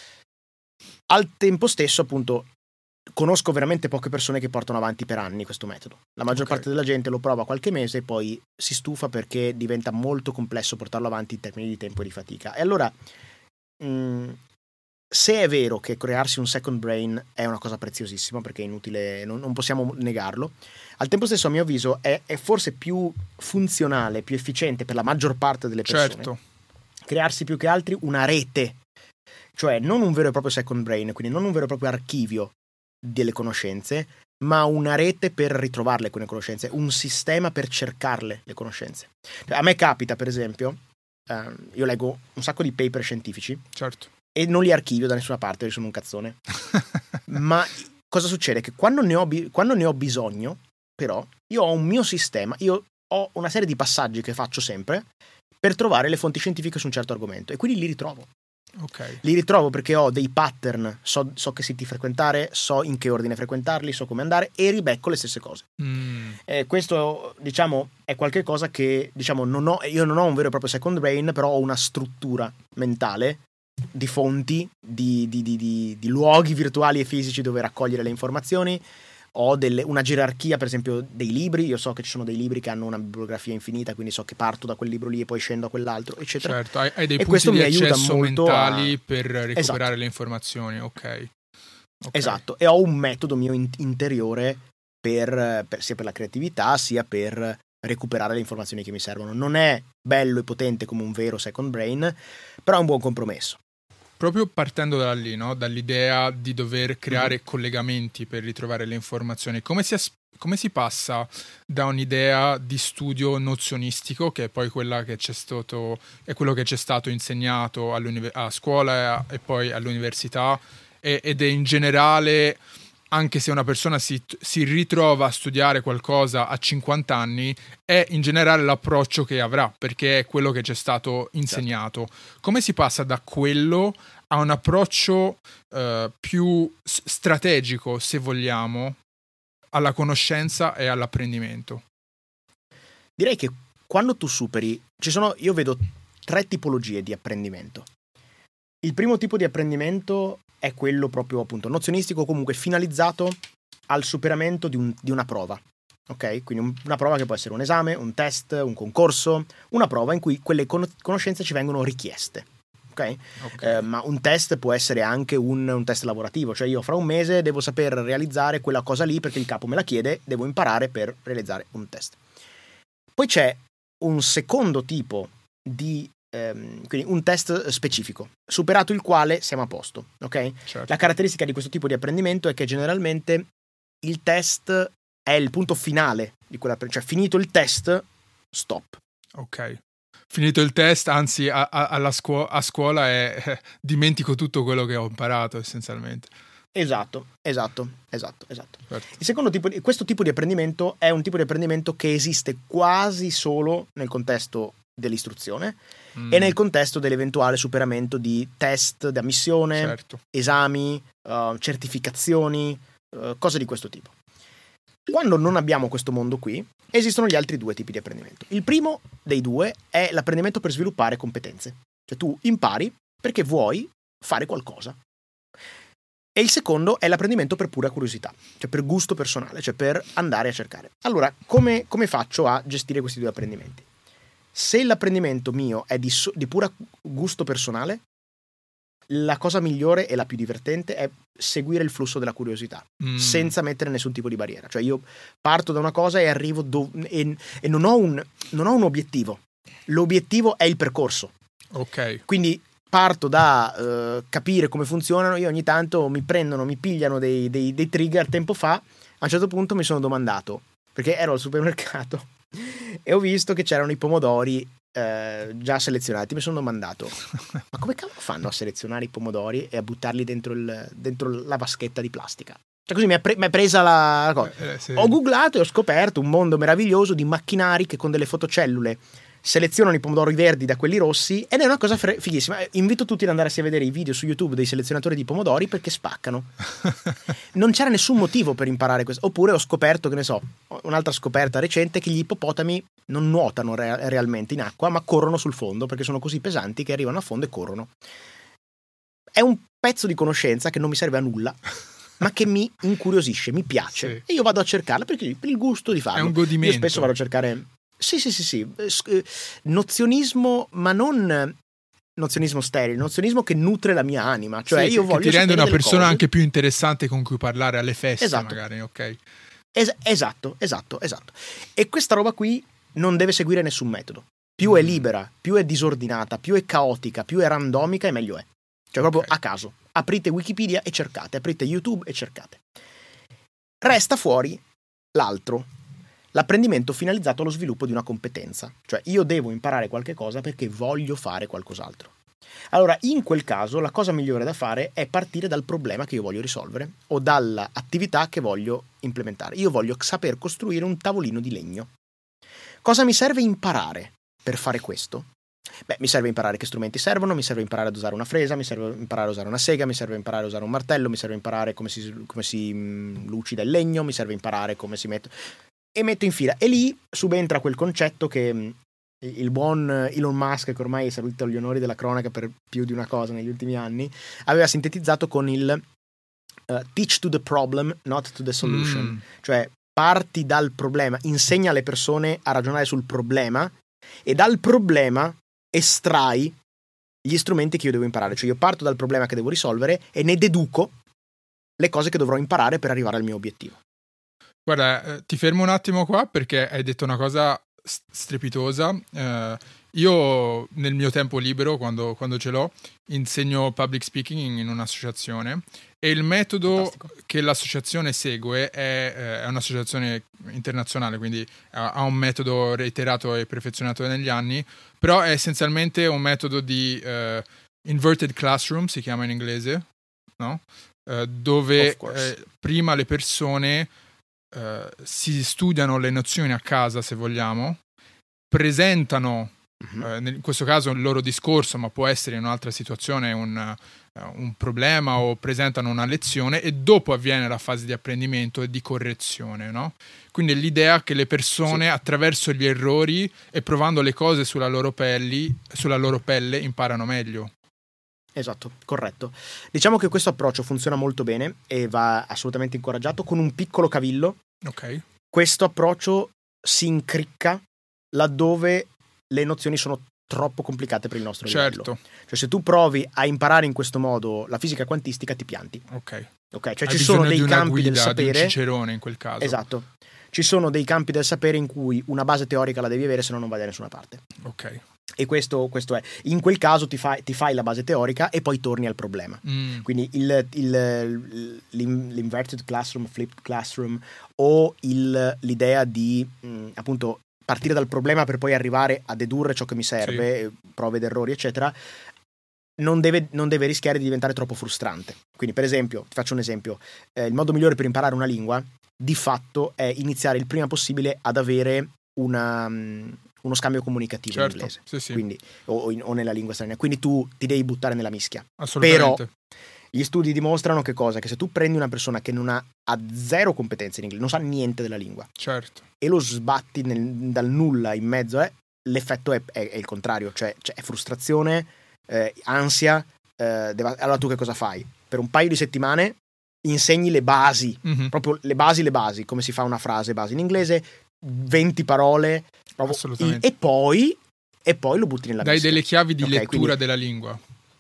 Al tempo stesso, appunto, conosco veramente poche persone che portano avanti per anni questo metodo. La maggior okay. parte della gente lo prova qualche mese e poi si stufa perché diventa molto complesso portarlo avanti in termini di tempo e di fatica. E allora, mh, se è vero che crearsi un second brain è una cosa preziosissima, perché è inutile, non, non possiamo negarlo, al tempo stesso, a mio avviso, è, è forse più funzionale, più efficiente per la maggior parte delle persone certo. crearsi più che altri una rete, cioè non un vero e proprio second brain, quindi non un vero e proprio archivio delle conoscenze, ma una rete per ritrovarle quelle conoscenze, un sistema per cercarle le conoscenze. Cioè, a me capita, per esempio, eh, io leggo un sacco di paper scientifici, certo. e non li archivio da nessuna parte, io sono un cazzone. Ma cosa succede? Che quando ne ho, bi- quando ne ho bisogno, però, io ho un mio sistema, io ho una serie di passaggi che faccio sempre per trovare le fonti scientifiche su un certo argomento, e quindi li ritrovo. Okay. Li ritrovo perché ho dei pattern, so, so che siti frequentare, so in che ordine frequentarli, so come andare, e ribecco le stesse cose. Mm. Eh, questo, diciamo, è qualche cosa che, diciamo, non ho, io non ho un vero e proprio second brain, però ho una struttura mentale di fonti, di, di, di, di, di luoghi virtuali e fisici dove raccogliere le informazioni. Ho delle, una gerarchia, per esempio, dei libri. Io so che ci sono dei libri che hanno una bibliografia infinita, quindi so che parto da quel libro lì e poi scendo a quell'altro, eccetera. Certo, hai, hai dei e punti di accesso molto mentali a... per recuperare esatto. le informazioni, ok. okay. Esatto, e ho un metodo mio in- interiore per, per, sia per la creatività, sia per recuperare le informazioni che mi servono. Non è bello e potente come un vero second brain, però è un buon compromesso. Proprio partendo da lì, no? Dall'idea di dover creare mm-hmm. collegamenti per ritrovare le informazioni, come si, as- come si passa da un'idea di studio nozionistico, che è poi quella che c'è stato, è quello che c'è stato insegnato a scuola e poi all'università, e- ed è in generale, anche se una persona si, si ritrova a studiare qualcosa a cinquanta anni, è in generale l'approccio che avrà, perché è quello che ci è stato insegnato. Certo. Come si passa da quello a un approccio uh, più s- strategico, se vogliamo, alla conoscenza e all'apprendimento? Direi che quando tu superi, ci sono, io vedo tre tipologie di apprendimento. Il primo tipo di apprendimento è quello proprio appunto nozionistico, comunque finalizzato al superamento di, un, di una prova, ok? Quindi un, una prova che può essere un esame, un test, un concorso, una prova in cui quelle con- conoscenze ci vengono richieste, ok? okay. Eh, ma un test può essere anche un, un test lavorativo, cioè io fra un mese devo saper realizzare quella cosa lì perché il capo me la chiede, devo imparare per realizzare un test. Poi c'è un secondo tipo di quindi un test specifico, superato il quale siamo a posto, ok? Certo. La caratteristica di questo tipo di apprendimento è che generalmente il test è il punto finale di quella, cioè finito il test, stop. Ok. Finito il test, anzi a, a, alla scuo- a scuola è eh, dimentico tutto quello che ho imparato essenzialmente. Esatto, esatto, esatto, esatto. Certo. Il secondo tipo di, questo tipo di apprendimento è un tipo di apprendimento che esiste quasi solo nel contesto dell'istruzione mm. e nel contesto dell'eventuale superamento di test di ammissione, certo. esami, uh, certificazioni, uh, cose di questo tipo. Quando non abbiamo questo mondo qui, esistono gli altri due tipi di apprendimento. Il primo dei due è l'apprendimento per sviluppare competenze. Cioè tu impari perché vuoi fare qualcosa. E il secondo è l'apprendimento per pura curiosità, cioè per gusto personale, cioè per andare a cercare. Allora, come, come faccio a gestire questi due apprendimenti? Se l'apprendimento mio è di, so, di pura gusto personale, la cosa migliore e la più divertente è seguire il flusso della curiosità, Mm. senza mettere nessun tipo di barriera. Cioè io parto da una cosa e arrivo do- e, e non ho un, non ho un obiettivo. L'obiettivo è il percorso. Ok. Quindi parto da eh, capire come funzionano. Io ogni tanto mi prendono, mi pigliano dei, dei, dei trigger. Tempo fa, a un certo punto mi sono domandato, perché ero al supermercato e ho visto che c'erano i pomodori eh, già selezionati. Mi sono domandato, ma come cavolo fanno a selezionare i pomodori e a buttarli dentro, il, dentro la vaschetta di plastica? Cioè così mi è, pre- mi è presa la cosa. Eh, sì. Ho googlato e ho scoperto un mondo meraviglioso di macchinari che con delle fotocellule selezionano i pomodori verdi da quelli rossi, ed è una cosa fre- fighissima. Invito tutti ad andarsi a vedere i video su YouTube dei selezionatori di pomodori, perché spaccano. Non c'era nessun motivo per imparare questo. Oppure ho scoperto, che ne so, un'altra scoperta recente, che gli ippopotami non nuotano re- realmente in acqua, ma corrono sul fondo, perché sono così pesanti che arrivano a fondo e corrono. È un pezzo di conoscenza che non mi serve a nulla, ma che mi incuriosisce, mi piace. Sì. E io vado a cercarla perché per il gusto di farlo. È un godimento. Io spesso vado a cercare... Sì, sì, sì, sì. Nozionismo, ma non nozionismo sterile, nozionismo che nutre la mia anima. Cioè, Sì, io che voglio ti rende sapere una delle persona cose. anche più interessante con cui parlare alle feste, Esatto. magari, ok. Es- esatto, esatto, esatto. E questa roba qui non deve seguire nessun metodo. Più è Mm. libera, più è disordinata, più è caotica, più è randomica, e meglio è. Cioè, proprio Ok. a caso. Aprite Wikipedia e cercate, aprite YouTube e cercate. Resta fuori l'altro. L'apprendimento finalizzato allo sviluppo di una competenza. Cioè, io devo imparare qualche cosa perché voglio fare qualcos'altro. Allora, in quel caso, la cosa migliore da fare è partire dal problema che io voglio risolvere o dall'attività che voglio implementare. Io voglio saper costruire un tavolino di legno. Cosa mi serve imparare per fare questo? Beh, mi serve imparare che strumenti servono, mi serve imparare ad usare una fresa, mi serve imparare a usare una sega, mi serve imparare a usare un martello, mi serve imparare come si, come si mh, lucida il legno, mi serve imparare come si mette... E metto in fila. E lì subentra quel concetto che mh, il buon Elon Musk, che ormai è salito agli onori della cronaca per più di una cosa negli ultimi anni, aveva sintetizzato con il uh, teach to the problem, not to the solution. Mm. Cioè, parti dal problema, insegna alle persone a ragionare sul problema e dal problema estrai gli strumenti che io devo imparare. Cioè io parto dal problema che devo risolvere e ne deduco le cose che dovrò imparare per arrivare al mio obiettivo. Guarda, eh, ti fermo un attimo qua perché hai detto una cosa s- strepitosa. Eh, io nel mio tempo libero, quando, quando ce l'ho, insegno public speaking in, in un'associazione e il metodo Fantastico. che l'associazione segue è, eh, è un'associazione internazionale, quindi ha, ha un metodo reiterato e perfezionato negli anni, però è essenzialmente un metodo di eh, inverted classroom, si chiama in inglese, no? Eh, dove Of course. eh, prima le persone eh, si studiano le nozioni a casa, se vogliamo, presentano Mhm. eh, in questo caso il loro discorso, ma può essere in un'altra situazione un, uh, un problema, o presentano una lezione e dopo avviene la fase di apprendimento e di correzione, no? Quindi l'idea che le persone Sì. attraverso gli errori e provando le cose sulla loro, pelli, sulla loro pelle imparano meglio. Esatto, corretto. Diciamo che questo approccio funziona molto bene e va assolutamente incoraggiato, con un piccolo cavillo. Ok? Questo approccio si incricca laddove le nozioni sono troppo complicate per il nostro livello. Certo. Cioè, se tu provi a imparare in questo modo la fisica quantistica, ti pianti. Ok. Ok, cioè Hai ci sono bisogno dei di una campi guida, del sapere. di un cicerone in quel caso. Esatto. Ci sono dei campi del sapere in cui una base teorica la devi avere, se no non vai da nessuna parte. Ok. E questo, questo è. In quel caso ti fai, ti fai la base teorica e poi torni al problema. Mm. Quindi il, il, l'in- l'inverted classroom, flipped classroom, o il, l'idea di mh, appunto partire dal problema per poi arrivare a dedurre ciò che mi serve, prove ed errori, eccetera, non deve, non deve rischiare di diventare troppo frustrante. Quindi, per esempio, ti faccio un esempio: eh, il modo migliore per imparare una lingua, di fatto, è iniziare il prima possibile ad avere una, um, uno scambio comunicativo Certo, in inglese, sì, sì. quindi, o, o in- o nella lingua straniera. Quindi tu ti devi buttare nella mischia. Assolutamente. Gli studi dimostrano che cosa? Che se tu prendi una persona che non ha, ha zero competenze in inglese, non sa niente della lingua, Certo. e lo sbatti nel- dal nulla in mezzo, eh, l'effetto è, è- è il contrario, cioè, cioè è frustrazione, eh, ansia. eh, deva- allora tu che cosa fai? Per un paio di settimane insegni le basi, Mhm. proprio le basi, le basi, come si fa una frase base in inglese, venti parole, proprio, Assolutamente. e poi, e poi lo butti nella Dai mischia. delle chiavi di Ok, lettura quindi- della lingua.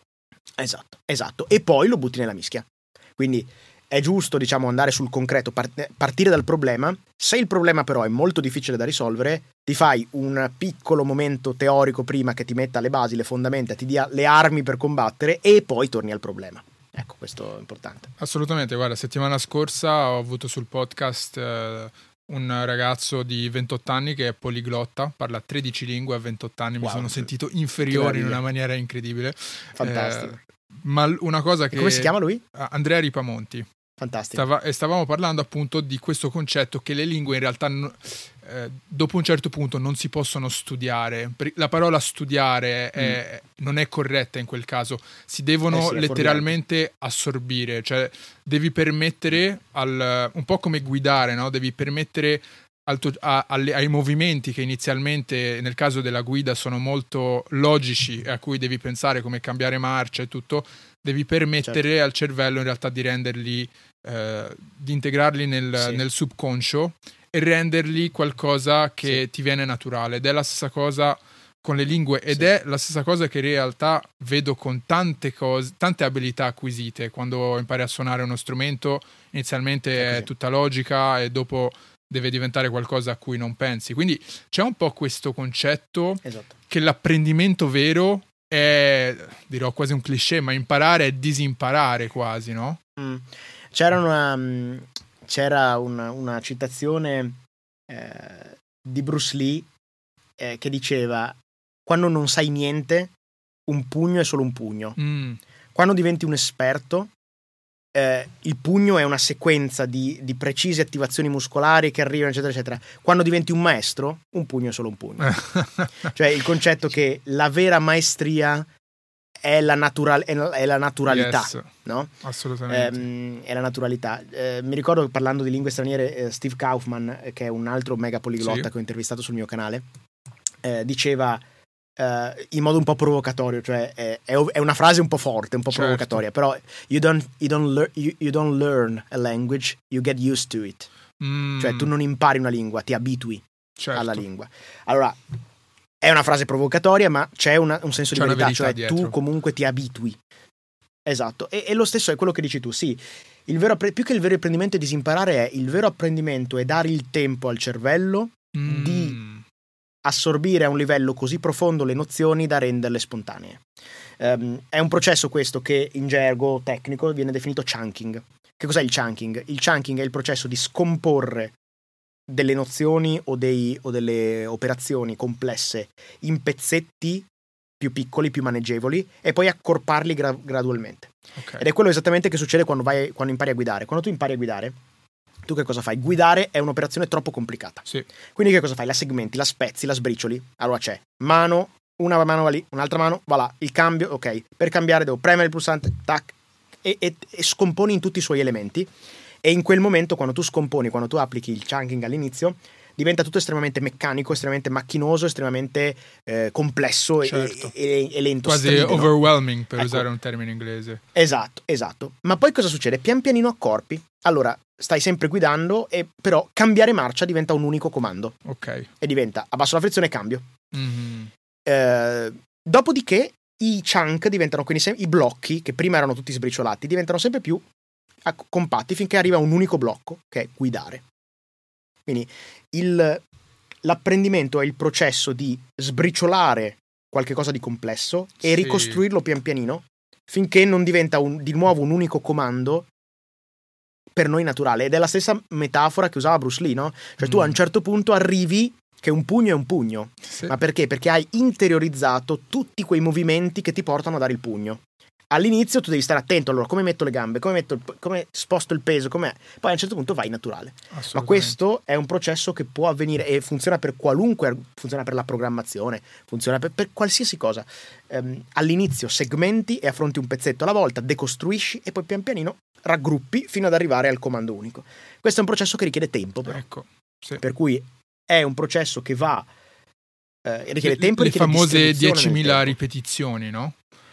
Esatto, esatto. E poi lo butti nella mischia. Quindi è giusto, diciamo, andare sul concreto, part- partire dal problema. Se il problema però è molto difficile da risolvere, ti fai un piccolo momento teorico prima che ti metta le basi, le fondamenta, ti dia le armi per combattere e poi torni al problema. Ecco, questo è importante. Assolutamente, guarda, settimana scorsa ho avuto sul podcast eh, un ragazzo di ventotto anni che è poliglotta, parla tredici lingue a ventotto anni, wow. Mi sono sentito inferiore in una maniera incredibile. Fantastico. Eh, ma una cosa che... E come si chiama lui? Andrea Ripamonti. Fantastico. Stava, e stavamo parlando appunto di questo concetto che le lingue in realtà eh, dopo un certo punto non si possono studiare. La parola studiare è, mm. non è corretta in quel caso, si devono eh sì, letteralmente assorbire, cioè devi permettere al, un po' come guidare, no? Devi permettere al tuo, a, alle, ai movimenti che inizialmente nel caso della guida sono molto logici e a cui devi pensare come cambiare marcia e tutto, devi permettere certo. al cervello in realtà di renderli, eh, di integrarli nel, sì. nel subconscio e renderli qualcosa che sì. ti viene naturale. Ed è la stessa cosa con le lingue ed sì. è la stessa cosa che in realtà vedo con tante cose, tante abilità acquisite. Quando impari a suonare uno strumento, inizialmente è, è tutta logica e dopo deve diventare qualcosa a cui non pensi. Quindi c'è un po' questo concetto esatto. che l'apprendimento vero è, dirò quasi un cliché, ma imparare è disimparare quasi, no? Mm. C'era una c'era una, una citazione eh, di Bruce Lee eh, che diceva: quando non sai niente, un pugno è solo un pugno. Mm. Quando diventi un esperto, eh, il pugno è una sequenza di, di precise attivazioni muscolari che arrivano, eccetera, eccetera. Quando diventi un maestro, un pugno è solo un pugno. Cioè il concetto che la vera maestria è la, natural, è la naturalità, yes, no? Assolutamente. Ehm, è la naturalità. Eh, mi ricordo che parlando di lingue straniere, eh, Steve Kaufman, eh, che è un altro mega poliglotta sì. che ho intervistato sul mio canale, eh, diceva eh, in modo un po' provocatorio, cioè è, è una frase un po' forte, un po' certo. provocatoria, però you don't, you, don't lear, you, you don't learn a language, you get used to it. Mm. Cioè tu non impari una lingua, ti abitui certo. alla lingua. Allora è una frase provocatoria, ma c'è una, un senso c'è di verità, verità cioè dietro. Tu comunque ti abitui. Esatto, e, e lo stesso è quello che dici tu, sì. Il vero, più che il vero apprendimento è disimparare, è il vero apprendimento è dare il tempo al cervello mm. di assorbire a un livello così profondo le nozioni da renderle spontanee. Um, è un processo questo che in gergo tecnico viene definito chunking. Che cos'è il chunking? Il chunking è il processo di scomporre delle nozioni o, dei, o delle operazioni complesse in pezzetti più piccoli, più maneggevoli e poi accorparli gra- gradualmente. Okay. Ed è quello esattamente che succede quando, vai, quando impari a guidare. Quando tu impari a guidare, tu che cosa fai? Guidare è un'operazione troppo complicata. Sì. Quindi che cosa fai? La segmenti, la spezzi, la sbricioli. Allora c'è mano, una mano va lì, un'altra mano va là, il cambio, ok. Per cambiare devo premere il pulsante, tac, e, e, e scomponi in tutti i suoi elementi. E in quel momento, quando tu scomponi, quando tu applichi il chunking all'inizio, diventa tutto estremamente meccanico, estremamente macchinoso, estremamente eh, complesso certo. e, e, e lento. Quasi stride, overwhelming, no? Per ecco. usare un termine inglese. Esatto, esatto. Ma poi cosa succede? Pian pianino accorpi. Allora, stai sempre guidando, e però cambiare marcia diventa un unico comando. Ok. E diventa abbasso la frizione e cambio. Mm-hmm. Eh, dopodiché i chunk diventano, quindi sem- i blocchi, che prima erano tutti sbriciolati, diventano sempre più compatti finché arriva un unico blocco che è guidare. Quindi il, l'apprendimento è il processo di sbriciolare qualche cosa di complesso e sì. ricostruirlo pian pianino finché non diventa un, di nuovo un unico comando per noi naturale. Ed è la stessa metafora che usava Bruce Lee, no? Cioè mm. tu a un certo punto arrivi che un pugno è un pugno. Sì. Ma perché? Perché hai interiorizzato tutti quei movimenti che ti portano a dare il pugno. All'inizio tu devi stare attento, allora come metto le gambe, come, metto il, come sposto il peso, com'è? Poi a un certo punto vai naturale. Ma questo è un processo che può avvenire e funziona per qualunque, funziona per la programmazione, funziona per, per qualsiasi cosa. Um, all'inizio segmenti e affronti un pezzetto alla volta, decostruisci e poi pian pianino raggruppi fino ad arrivare al comando unico. Questo è un processo che richiede tempo, però. Ecco, sì. Per cui è un processo che va eh, richiede le, tempo, le richiede famose diecimila ripetizioni, no?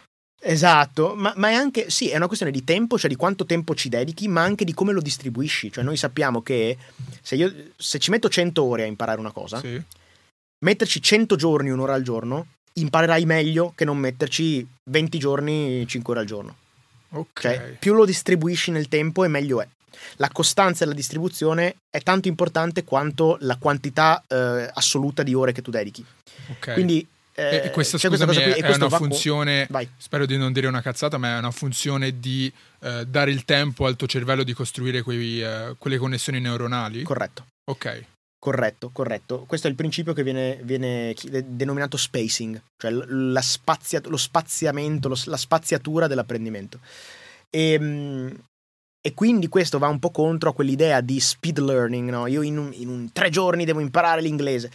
Esatto, ma, ma è anche, sì, è una questione di tempo, cioè di quanto tempo ci dedichi, ma anche di come lo distribuisci. Cioè noi sappiamo che se io se ci metto cento ore a imparare una cosa, sì. metterci cento giorni, un'ora al giorno, imparerai meglio che non metterci venti giorni, cinque ore al giorno. Ok. Cioè, più lo distribuisci nel tempo e meglio è. La costanza e la distribuzione è tanto importante quanto la quantità eh, assoluta di ore che tu dedichi. Ok. Quindi eh, e questa, c'è scusami, questa cosa qui, è, e è questo una va funzione, con... spero di non dire una cazzata, ma è una funzione di eh, dare il tempo al tuo cervello di costruire quei, eh, quelle connessioni neuronali? Corretto. Ok. Corretto, corretto. Questo è il principio che viene, viene denominato spacing, cioè la spazia, lo spaziamento, lo, la spaziatura dell'apprendimento. E, e quindi questo va un po' contro a quell'idea di speed learning, no? Io in, un, in un tre giorni devo imparare l'inglese.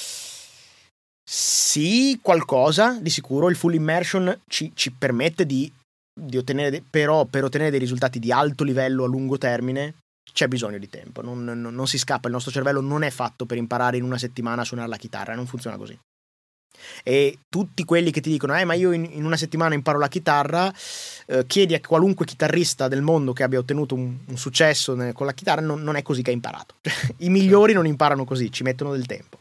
Sì, qualcosa, di sicuro. Il full immersion ci, ci permette di, di ottenere, però per ottenere dei risultati di alto livello a lungo termine c'è bisogno di tempo, non, non, non si scappa, il nostro cervello non è fatto per imparare in una settimana a suonare la chitarra, non funziona così. E tutti quelli che ti dicono eh ma io in, in una settimana imparo la chitarra, eh, chiedi a qualunque chitarrista del mondo che abbia ottenuto un, un successo nel, con la chitarra, non, non è così che ha imparato. I migliori non imparano così, ci mettono del tempo.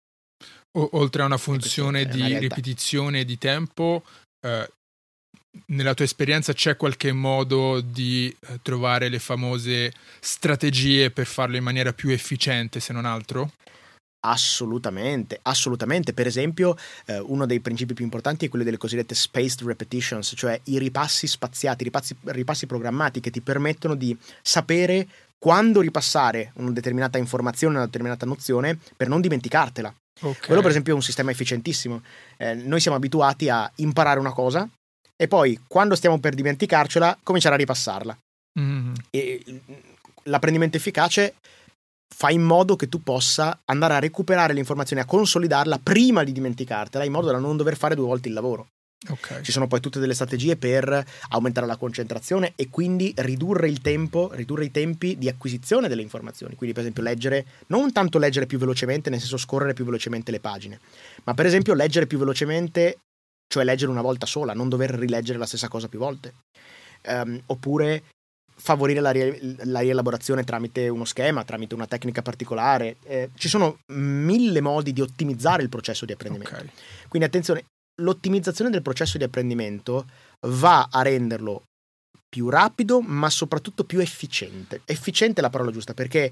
O, oltre a una funzione di ripetizione e di tempo, eh, nella tua esperienza c'è qualche modo di eh, trovare le famose strategie per farlo in maniera più efficiente, se non altro? Assolutamente, assolutamente. Per esempio, eh, uno dei principi più importanti è quello delle cosiddette spaced repetitions, cioè i ripassi spaziati, i ripassi, ripassi programmati che ti permettono di sapere quando ripassare una determinata informazione, una determinata nozione, per non dimenticartela. Okay. Quello per esempio è un sistema efficientissimo. Eh, noi siamo abituati a imparare una cosa e poi quando stiamo per dimenticarcela cominciare a ripassarla. Mm-hmm. E l'apprendimento efficace fa in modo che tu possa andare a recuperare l'informazione, a consolidarla prima di dimenticartela, in modo da non dover fare due volte il lavoro. Okay. Ci sono poi tutte delle strategie per aumentare la concentrazione e quindi ridurre il tempo, ridurre i tempi di acquisizione delle informazioni. Quindi per esempio leggere, non tanto leggere più velocemente, nel senso scorrere più velocemente le pagine, ma per esempio leggere più velocemente, cioè leggere una volta sola, non dover rileggere la stessa cosa più volte. Um, oppure favorire la, rie- la rielaborazione tramite uno schema, tramite una tecnica particolare. Eh, ci sono mille modi di ottimizzare il processo di apprendimento. Okay. Quindi attenzione, l'ottimizzazione del processo di apprendimento va a renderlo più rapido, ma soprattutto più efficiente. Efficiente è la parola giusta, perché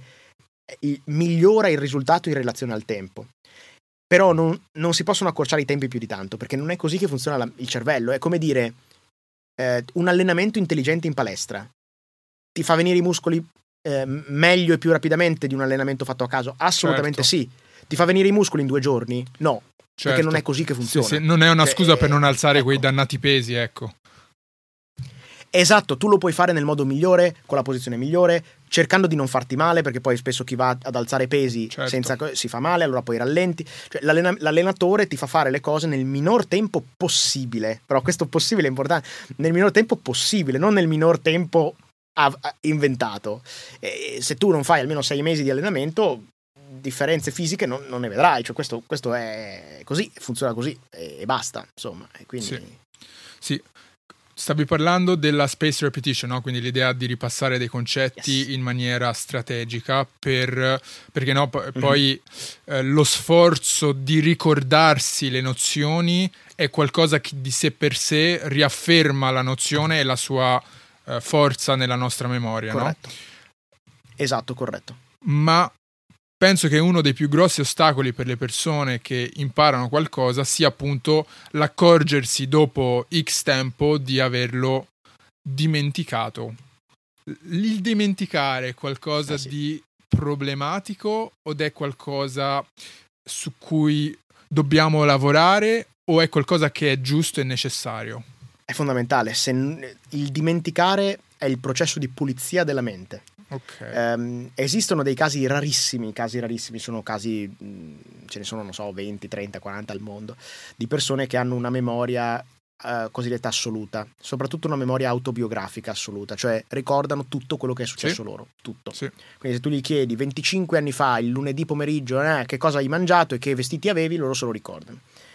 migliora il risultato in relazione al tempo. Però non, non si possono accorciare i tempi più di tanto, perché non è così che funziona la, il cervello. È come dire eh, un allenamento intelligente in palestra ti fa venire i muscoli eh, meglio e più rapidamente di un allenamento fatto a caso? Assolutamente certo. Sì. Ti fa venire i muscoli in due giorni? No, certo. Perché non è così che funziona. Sì, sì, non è una cioè, scusa per non alzare ecco. quei dannati pesi, ecco. Esatto, tu lo puoi fare nel modo migliore, con la posizione migliore, cercando di non farti male, perché poi spesso chi va ad alzare pesi certo. senza, si fa male, allora poi rallenti. Cioè, l'allena, l'allenatore ti fa fare le cose nel minor tempo possibile, però questo possibile è importante, nel minor tempo possibile, non nel minor tempo av- inventato. E se tu non fai almeno sei mesi di allenamento, differenze fisiche non, non ne vedrai, cioè questo, questo è così, funziona così e, e basta, insomma. E quindi... Sì. Sì. Stavi parlando della spaced repetition, no? Quindi l'idea di ripassare dei concetti yes. in maniera strategica per, perché no, p- mm-hmm. poi eh, lo sforzo di ricordarsi le nozioni è qualcosa che di sé per sé riafferma la nozione e la sua eh, forza nella nostra memoria, corretto. No? Esatto, corretto. Ma penso che uno dei più grossi ostacoli per le persone che imparano qualcosa sia appunto l'accorgersi dopo X tempo di averlo dimenticato. Il dimenticare è qualcosa eh sì. di problematico o è qualcosa su cui dobbiamo lavorare o è qualcosa che è giusto e necessario? È fondamentale. Se il dimenticare è il processo di pulizia della mente. Okay. Um, esistono dei casi rarissimi, casi rarissimi, sono casi, mh, ce ne sono, non so, venti, trenta, quaranta al mondo, di persone che hanno una memoria uh, cosiddetta assoluta, soprattutto una memoria autobiografica assoluta, cioè ricordano tutto quello che è successo sì. loro, tutto. Sì. Quindi se tu gli chiedi venticinque anni fa, il lunedì pomeriggio, eh, che cosa hai mangiato e che vestiti avevi, loro se lo ricordano.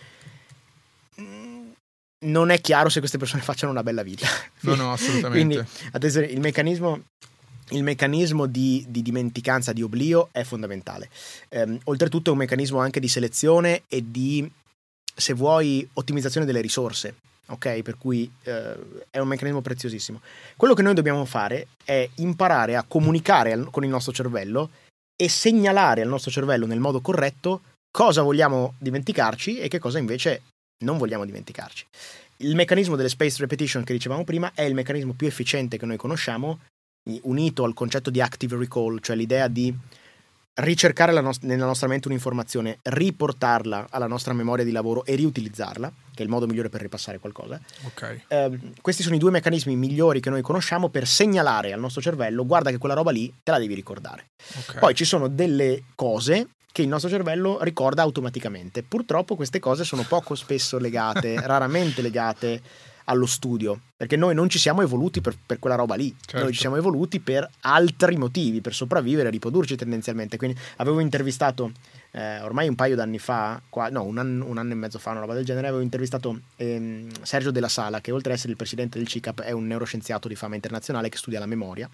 Non è chiaro se queste persone facciano una bella vita. No, no, assolutamente. Quindi, attenzione, il meccanismo... Il meccanismo di, di dimenticanza, di oblio è fondamentale. Ehm, oltretutto è un meccanismo anche di selezione e di se vuoi, ottimizzazione delle risorse. Ok, per cui eh, è un meccanismo preziosissimo. Quello che noi dobbiamo fare è imparare a comunicare al, con il nostro cervello e segnalare al nostro cervello nel modo corretto cosa vogliamo dimenticarci e che cosa invece non vogliamo dimenticarci. Il meccanismo delle spaced repetition che dicevamo prima è il meccanismo più efficiente che noi conosciamo, unito al concetto di active recall, cioè l'idea di ricercare la nost- nella nostra mente un'informazione, riportarla alla nostra memoria di lavoro e riutilizzarla, che è il modo migliore per ripassare qualcosa. Okay. Eh, questi sono i due meccanismi migliori che noi conosciamo per segnalare al nostro cervello: guarda che quella roba lì te la devi ricordare. Okay. Poi ci sono delle cose che il nostro cervello ricorda automaticamente. Purtroppo queste cose sono poco spesso legate, raramente legate allo studio, perché noi non ci siamo evoluti per, per quella roba lì. Certo. Noi ci siamo evoluti per altri motivi, per sopravvivere e riprodurci tendenzialmente. Quindi avevo intervistato eh, ormai un paio d'anni fa, qua, no un anno, un anno e mezzo fa, una roba del genere, avevo intervistato ehm, Sergio Della Sala, che oltre ad essere il presidente del C I C A P è un neuroscienziato di fama internazionale che studia la memoria.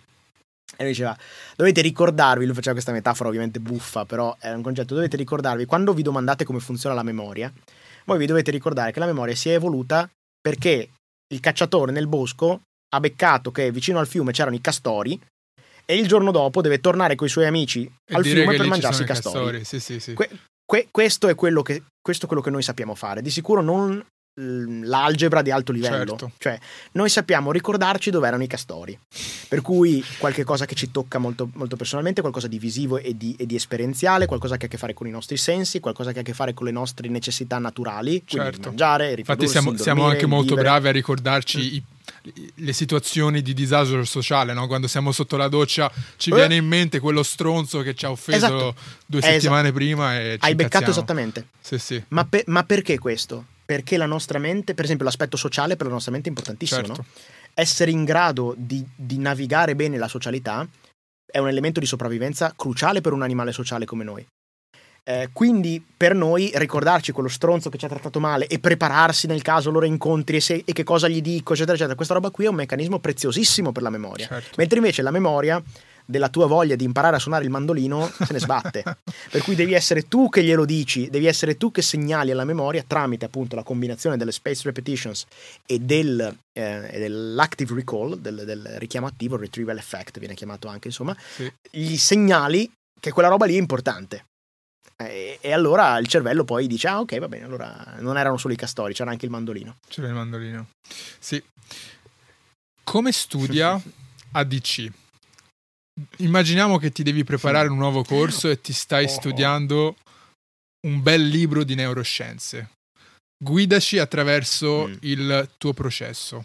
E lui diceva: dovete ricordarvi, lui faceva questa metafora ovviamente buffa, però era un concetto, dovete ricordarvi, quando vi domandate come funziona la memoria, voi vi dovete ricordare che la memoria si è evoluta perché il cacciatore nel bosco ha beccato che vicino al fiume c'erano i castori e il giorno dopo deve tornare con i suoi amici e al fiume che per lì mangiarsi i ci sono castori. I castori. Sì, sì, sì. Que- que- questo, è quello che, questo è quello che noi sappiamo fare. Di sicuro non l'algebra di alto livello, certo. Cioè noi sappiamo ricordarci dove erano i castori, per cui qualche cosa che ci tocca molto, molto personalmente, qualcosa di visivo e di, e di esperienziale, qualcosa che ha a che fare con i nostri sensi, qualcosa che ha a che fare con le nostre necessità naturali, quindi certo. mangiare, riprodursi, infatti siamo, dormire, siamo anche molto vivere. bravi a ricordarci i, le situazioni di disagio sociale, no? Quando siamo sotto la doccia ci eh. viene in mente quello stronzo che ci ha offeso esatto. due settimane esatto. prima e ci hai beccato incazziamo. Esattamente. Sì, sì. Ma, pe- ma perché questo? Perché la nostra mente, per esempio l'aspetto sociale per la nostra mente è importantissimo, certo. no? Essere in grado di, di navigare bene la socialità è un elemento di sopravvivenza cruciale per un animale sociale come noi. Eh, quindi per noi ricordarci quello stronzo che ci ha trattato male e prepararsi nel caso loro incontri e, se, e che cosa gli dico, eccetera, eccetera, questa roba qui è un meccanismo preziosissimo per la memoria. Certo. Mentre invece la memoria della tua voglia di imparare a suonare il mandolino se ne sbatte. Per cui devi essere tu che glielo dici, devi essere tu che segnali alla memoria tramite appunto la combinazione delle spaced repetitions e, del, eh, e dell'active recall, del, del richiamo attivo, il retrieval effect viene chiamato anche, insomma, sì. Gli segnali che quella roba lì è importante. E, e allora il cervello poi dice: ah, ok, va bene, allora non erano solo i castori, c'era anche il mandolino. C'era il mandolino. Sì. Come studia A D C? Immaginiamo che ti devi preparare un nuovo corso e ti stai oh. studiando un bel libro di neuroscienze. Guidaci attraverso mm. il tuo processo.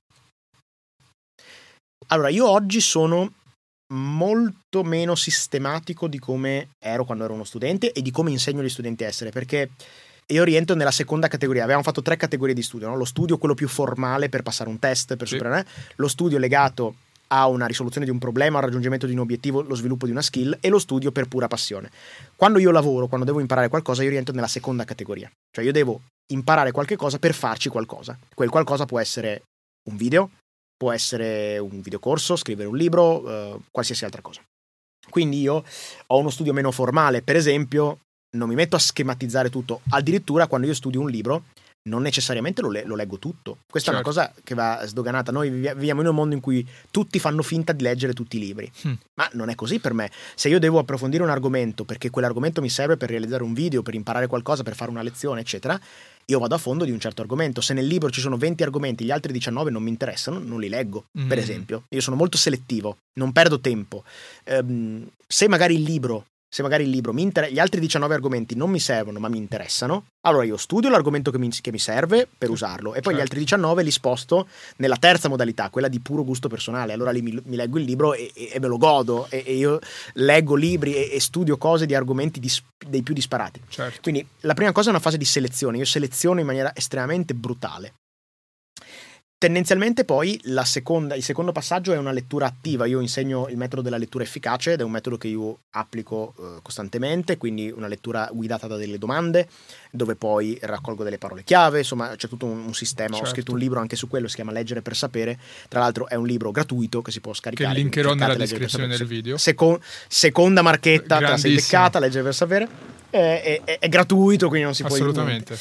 Allora, io oggi sono molto meno sistematico di come ero quando ero uno studente e di come insegno agli studenti a essere, perché io rientro nella seconda categoria. Abbiamo fatto tre categorie di studio, no? Lo studio, quello più formale per passare un test, per sì. superare, lo studio legato a una risoluzione di un problema, al raggiungimento di un obiettivo, lo sviluppo di una skill, e lo studio per pura passione. Quando io lavoro, quando devo imparare qualcosa, io rientro nella seconda categoria. Cioè io devo imparare qualche cosa per farci qualcosa. Quel qualcosa può essere un video, può essere un videocorso, scrivere un libro, eh, qualsiasi altra cosa. Quindi io ho uno studio meno formale, per esempio non mi metto a schematizzare tutto, addirittura quando io studio un libro non necessariamente lo, le- lo leggo tutto. Questa certo. è una cosa che va sdoganata. Noi vivi- viviamo in un mondo in cui tutti fanno finta di leggere tutti i libri, mm. ma non è così per me. Se io devo approfondire un argomento perché quell'argomento mi serve per realizzare un video, per imparare qualcosa, per fare una lezione, eccetera, io vado a fondo di un certo argomento. Se nel libro ci sono venti argomenti, gli altri diciannove non mi interessano, non li leggo, mm. per esempio. Io sono molto selettivo, non perdo tempo. Ehm, se magari il libro Se magari il libro mi inter- gli altri diciannove argomenti non mi servono ma mi interessano, allora io studio l'argomento che mi, che mi serve per usarlo e poi certo. gli altri diciannove li sposto nella terza modalità, quella di puro gusto personale. Allora lì mi, mi leggo il libro e, e, e me lo godo e, e io leggo libri e, e studio cose di argomenti dis- dei più disparati. Certo. Quindi la prima cosa è una fase di selezione. Io seleziono in maniera estremamente brutale. Tendenzialmente poi la seconda, il secondo passaggio è una lettura attiva. Io insegno il metodo della lettura efficace ed è un metodo che io applico eh, costantemente, quindi una lettura guidata da delle domande dove poi raccolgo delle parole chiave, insomma c'è tutto un, un sistema. Certo. Ho scritto un libro anche su quello, si chiama Leggere per sapere, tra l'altro è un libro gratuito che si può scaricare, che linkerò nella descrizione del video. Seco- seconda marchetta, te la sei Grandissimo. beccata, Leggere per sapere, è, è, è, è gratuito, quindi non si può assolutamente.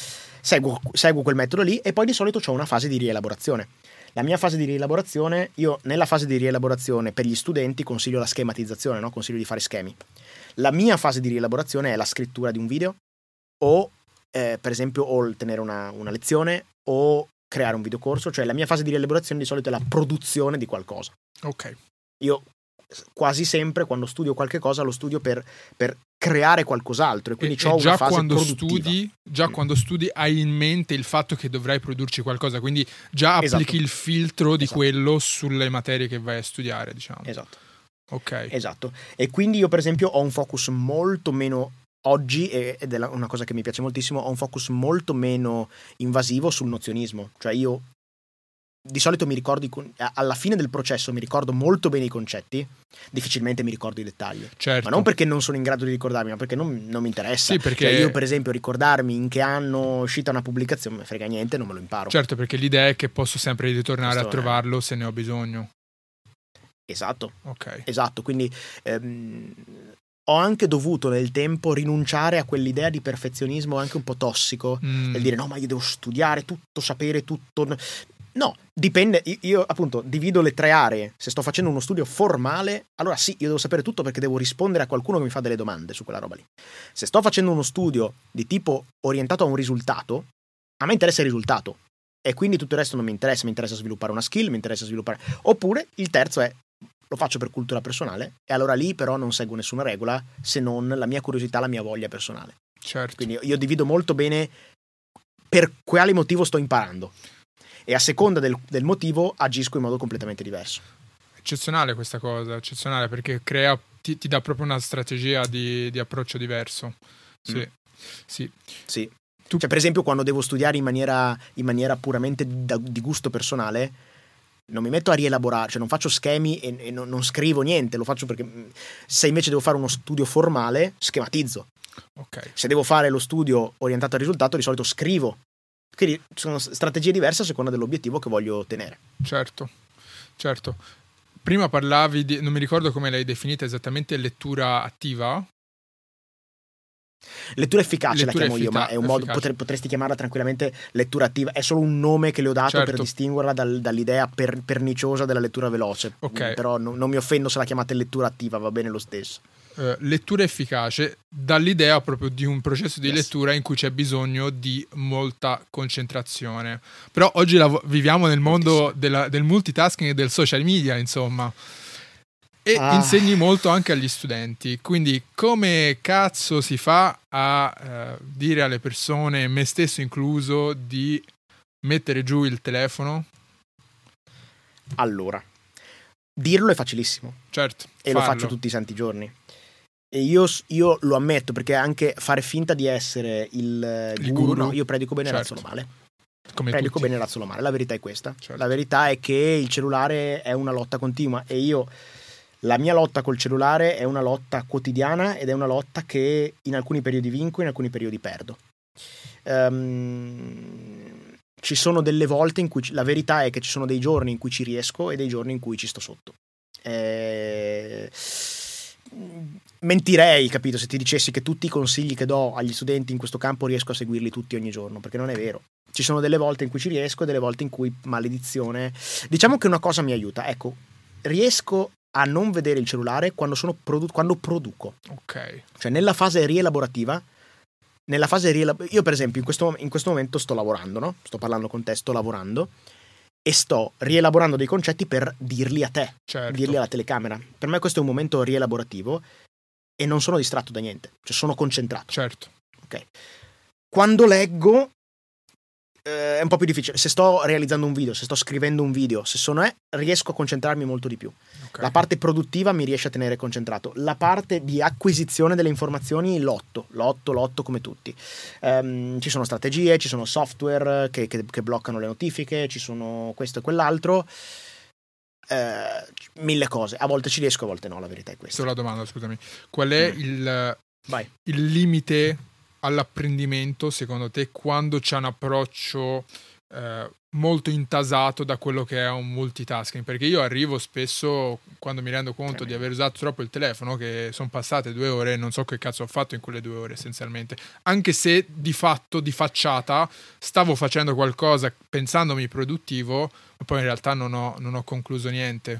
seguo, seguo quel metodo lì e poi di solito ho una fase di rielaborazione. La mia fase di rielaborazione, io nella fase di rielaborazione per gli studenti consiglio la schematizzazione, no? Consiglio di fare schemi. La mia fase di rielaborazione è la scrittura di un video o eh, per esempio o tenere una, una lezione o creare un videocorso, cioè la mia fase di rielaborazione di solito è la produzione di qualcosa. Ok. Io quasi sempre quando studio qualche cosa lo studio per, per creare qualcos'altro e quindi e, ho e una già fase quando produttiva. studi già mm. quando studi hai in mente il fatto che dovrai produrci qualcosa, quindi già applichi Esatto. il filtro di Esatto. quello sulle materie che vai a studiare, diciamo. Esatto. Ok. Esatto. E quindi io per esempio ho un focus molto meno oggi, ed è una cosa che mi piace moltissimo, ho un focus molto meno invasivo sul nozionismo. Cioè io di solito mi ricordo, alla fine del processo mi ricordo molto bene i concetti, difficilmente mi ricordo i dettagli. Certo. Ma non perché non sono in grado di ricordarmi, ma perché non, non mi interessa. Sì, perché... Cioè io per esempio ricordarmi in che anno è uscita una pubblicazione, non me frega niente, non me lo imparo. Certo, perché l'idea è che posso sempre ritornare Questo a trovarlo è... se ne ho bisogno. Esatto. Ok. Esatto, quindi ehm, ho anche dovuto nel tempo rinunciare a quell'idea di perfezionismo anche un po' tossico, mm. del dire no, ma io devo studiare tutto, sapere tutto. No, dipende, io appunto divido le tre aree. Se sto facendo uno studio formale, allora sì, io devo sapere tutto perché devo rispondere a qualcuno che mi fa delle domande su quella roba lì. Se sto facendo uno studio di tipo orientato a un risultato, a me interessa il risultato e quindi tutto il resto non mi interessa, mi interessa sviluppare una skill, mi interessa sviluppare... Oppure il terzo è, lo faccio per cultura personale e allora lì però non seguo nessuna regola se non la mia curiosità, la mia voglia personale. Certo. Quindi io divido molto bene per quale motivo sto imparando. E a seconda del, del motivo agisco in modo completamente diverso. Eccezionale questa cosa, eccezionale perché crea, ti, ti dà proprio una strategia di, di approccio diverso. Sì, mm. sì. sì. Tu... Cioè, per esempio, quando devo studiare in maniera, in maniera puramente da, di gusto personale, non mi metto a rielaborare, cioè non faccio schemi e, e non, non scrivo niente, lo faccio perché se invece devo fare uno studio formale, schematizzo. Okay. Se devo fare lo studio orientato al risultato, di solito scrivo. Quindi sono strategie diverse a seconda dell'obiettivo che voglio ottenere. Certo, certo. Prima parlavi di, non mi ricordo come l'hai definita esattamente, lettura attiva? Lettura efficace lettura la chiamo effica- io, ma è un modo, potre, potresti chiamarla tranquillamente lettura attiva. È solo un nome che le ho dato certo. per distinguerla dal, dall'idea per, perniciosa della lettura veloce. Okay. Però no, non mi offendo se la chiamate lettura attiva, va bene lo stesso. Uh, lettura efficace dall'idea proprio di un processo di yes. lettura in cui c'è bisogno di molta concentrazione. Però oggi la, viviamo nel mondo della, del multitasking e del social media, insomma, e ah. insegni molto anche agli studenti. Quindi come cazzo si fa a uh, dire alle persone, me stesso incluso, di mettere giù il telefono? Allora, dirlo è facilissimo. Certo. E farlo. Lo faccio tutti i santi giorni. E io, io lo ammetto, perché anche fare finta di essere il, il guru, guru. No, io predico bene certo. e razzolo male. Come predico tutti. bene e razzolo male. La verità è questa. Certo. La verità è che il cellulare è una lotta continua e io la mia lotta col cellulare è una lotta quotidiana ed è una lotta che in alcuni periodi vinco, in alcuni periodi perdo. Um, ci sono delle volte in cui la verità è che ci sono dei giorni in cui ci riesco e dei giorni in cui ci sto sotto. Eh, mentirei, capito, se ti dicessi che tutti i consigli che do agli studenti in questo campo riesco a seguirli tutti ogni giorno, perché non è vero. Ci sono delle volte in cui ci riesco e delle volte in cui, maledizione, diciamo che una cosa mi aiuta, ecco, riesco a non vedere il cellulare quando sono produ- quando produco. Ok. Cioè nella fase rielaborativa, nella fase rielab- io per esempio in questo, in questo momento sto lavorando, no? Sto parlando con te, sto lavorando e sto rielaborando dei concetti per dirli a te, certo. dirli alla telecamera. Per me questo è un momento rielaborativo e non sono distratto da niente, cioè sono concentrato. Certo. Ok. Quando leggo eh, è un po' più difficile. Se sto realizzando un video, se sto scrivendo un video, se sono eh, riesco a concentrarmi molto di più. Okay. La parte produttiva mi riesce a tenere concentrato. La parte di acquisizione delle informazioni lotto, lotto, lotto come tutti. Um, ci sono strategie, ci sono software che, che, che bloccano le notifiche, ci sono questo e quell'altro. Uh, mille cose. A volte ci riesco, a volte no, la verità è questa. Solo la domanda, scusami. Qual è mm. il, Vai. il limite all'apprendimento, secondo te, quando c'è un approccio eh, molto intasato da quello che è un multitasking, perché io arrivo spesso, quando mi rendo conto di aver usato troppo il telefono, che sono passate due ore e non so che cazzo ho fatto in quelle due ore essenzialmente, anche se di fatto, di facciata, stavo facendo qualcosa pensandomi produttivo, ma poi in realtà non ho, non ho concluso niente.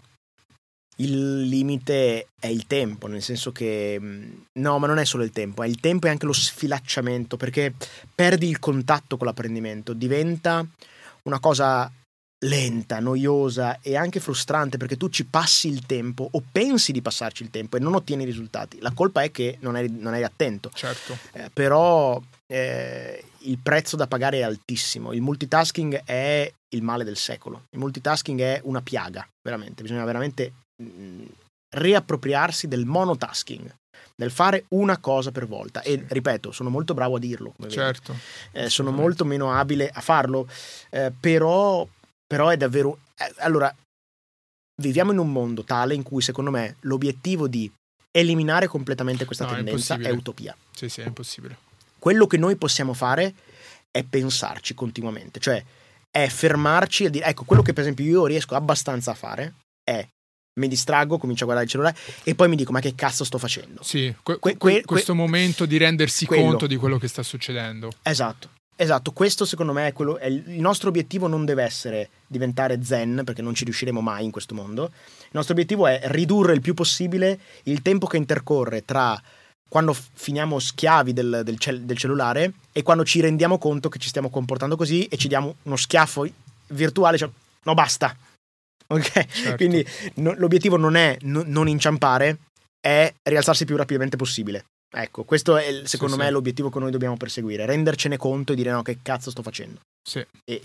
Il limite è il tempo, nel senso che no, ma non è solo il tempo, è il tempo e anche lo sfilacciamento, perché perdi il contatto con l'apprendimento, diventa una cosa lenta, noiosa e anche frustrante, perché tu ci passi il tempo o pensi di passarci il tempo e non ottieni i risultati. La colpa è che non eri, non eri attento. Certo. Eh, però eh, il prezzo da pagare è altissimo. Il multitasking è il male del secolo. Il multitasking è una piaga, veramente. Bisogna veramente mh, riappropriarsi del monotasking, del fare una cosa per volta. Sì. E ripeto, sono molto bravo a dirlo. Certo. Eh, sono molto meno abile a farlo, eh, però, però è davvero... Eh, allora, viviamo in un mondo tale in cui, secondo me, l'obiettivo di eliminare completamente questa no, tendenza è, è utopia. Sì, sì, è impossibile. Quello che noi possiamo fare è pensarci continuamente, cioè è fermarci e dire, ecco, quello che per esempio io riesco abbastanza a fare è mi distraggo, comincio a guardare il cellulare e poi mi dico ma che cazzo sto facendo? Sì, que- que- que- questo que- momento di rendersi quello. conto di quello che sta succedendo. Esatto, esatto, questo secondo me è quello, è il, il nostro obiettivo non deve essere diventare zen, perché non ci riusciremo mai in questo mondo. Il nostro obiettivo è ridurre il più possibile il tempo che intercorre tra quando f- finiamo schiavi del, del, cell- del cellulare e quando ci rendiamo conto che ci stiamo comportando così e ci diamo uno schiaffo virtuale, cioè no basta. Ok, certo. Quindi no, l'obiettivo non è no, non inciampare, è rialzarsi il più rapidamente possibile. Ecco, questo è secondo sì, me sì. l'obiettivo che noi dobbiamo perseguire, rendercene conto e dire no, che cazzo sto facendo. Sì. E, e,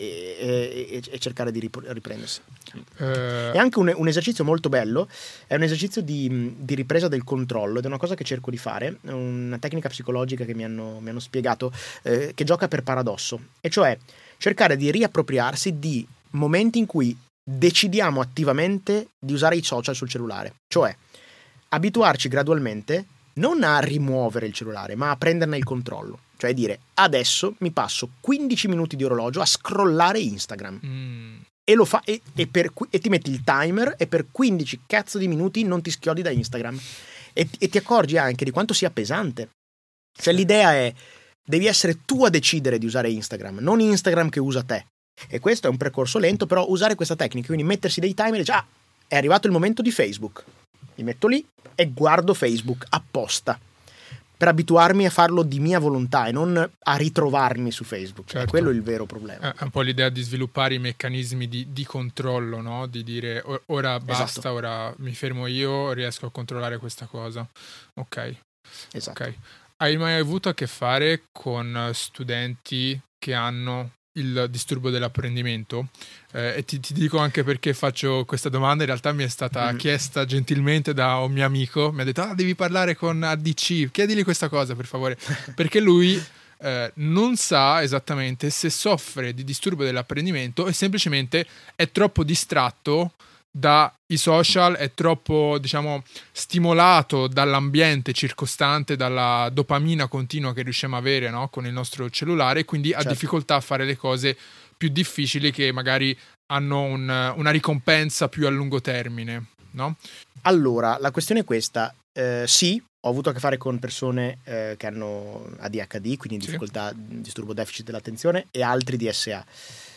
e, e cercare di rip- riprendersi. Uh... È anche un, un esercizio molto bello, è un esercizio di, di ripresa del controllo ed è una cosa che cerco di fare, una tecnica psicologica che mi hanno, mi hanno spiegato, eh, che gioca per paradosso, e cioè cercare di riappropriarsi di momenti in cui decidiamo attivamente di usare i social sul cellulare, cioè abituarci gradualmente non a rimuovere il cellulare ma a prenderne il controllo, cioè dire adesso mi passo quindici minuti di orologio a scrollare Instagram mm. e lo fa e, e, per, e ti metti il timer e per quindici cazzo di minuti non ti schiodi da Instagram e, e ti accorgi anche di quanto sia pesante, cioè l'idea è devi essere tu a decidere di usare Instagram, non Instagram che usa te. E questo è un percorso lento, però usare questa tecnica, quindi mettersi dei timer e dice, ah, è arrivato il momento di Facebook, mi metto lì e guardo Facebook apposta per abituarmi a farlo di mia volontà e non a ritrovarmi su Facebook. Certo. È quello il vero problema. È un po' l'idea di sviluppare i meccanismi di, di controllo, no? Di dire ora basta, esatto. Ora mi fermo io, riesco a controllare questa cosa. Ok. Esatto. Okay. Hai mai avuto a che fare con studenti che hanno il disturbo dell'apprendimento? Eh, e ti, ti dico anche perché faccio questa domanda. In realtà mi è stata mm. chiesta gentilmente da un mio amico, mi ha detto ah, devi parlare con A D C, chiedili questa cosa per favore, perché lui eh, non sa esattamente se soffre di disturbo dell'apprendimento e semplicemente è troppo distratto dai social, è troppo, diciamo, stimolato dall'ambiente circostante, dalla dopamina continua che riusciamo a avere, no? Con il nostro cellulare, quindi certo. ha difficoltà a fare le cose più difficili che magari hanno un, una ricompensa più a lungo termine, no? Allora, la questione è questa, eh, sì, ho avuto a che fare con persone eh, che hanno A D H D, quindi sì. difficoltà, disturbo deficit dell'attenzione, e altri D S A.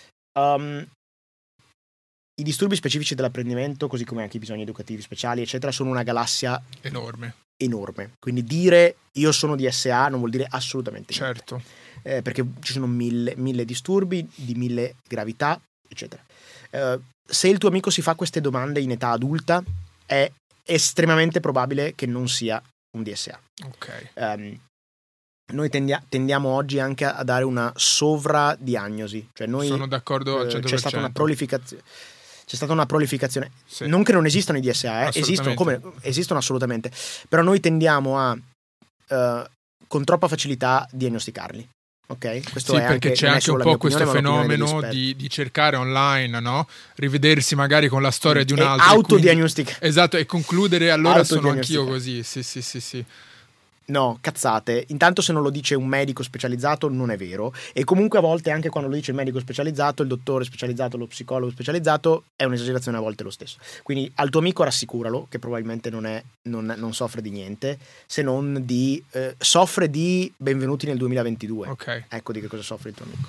Um, I disturbi specifici dell'apprendimento, così come anche i bisogni educativi speciali, eccetera, sono una galassia enorme. enorme. Quindi dire io sono D S A non vuol dire assolutamente niente. Certo. Eh, perché ci sono mille, mille disturbi di mille gravità, eccetera. Eh, se il tuo amico si fa queste domande in età adulta, è estremamente probabile che non sia un D S A. Ok. Um, noi tendia- tendiamo oggi anche a dare una sovradiagnosi. Cioè noi, sono d'accordo al cento per cento. Eh, c'è stata una prolificazione. C'è stata una prolificazione. Sì. Non che non esistano i D S A, eh? esistono, come, esistono assolutamente. Però noi tendiamo a uh, con troppa facilità diagnosticarli. Ok? Questo sì, è perché anche, c'è anche un po' questo fenomeno di, di, di cercare online, no? Rivedersi magari con la storia mm, di un altro. Autodiagnostica. Esatto, e concludere allora sono anch'io così. Sì, sì, sì, sì. No, cazzate. Intanto se non lo dice un medico specializzato non è vero, e comunque a volte anche quando lo dice il medico specializzato, il dottore specializzato, lo psicologo specializzato, è un'esagerazione a volte lo stesso. Quindi al tuo amico rassicuralo che probabilmente non, è, non, non soffre di niente, se non di eh, soffre di benvenuti nel duemilaventidue. Ok. Ecco di che cosa soffre il tuo amico.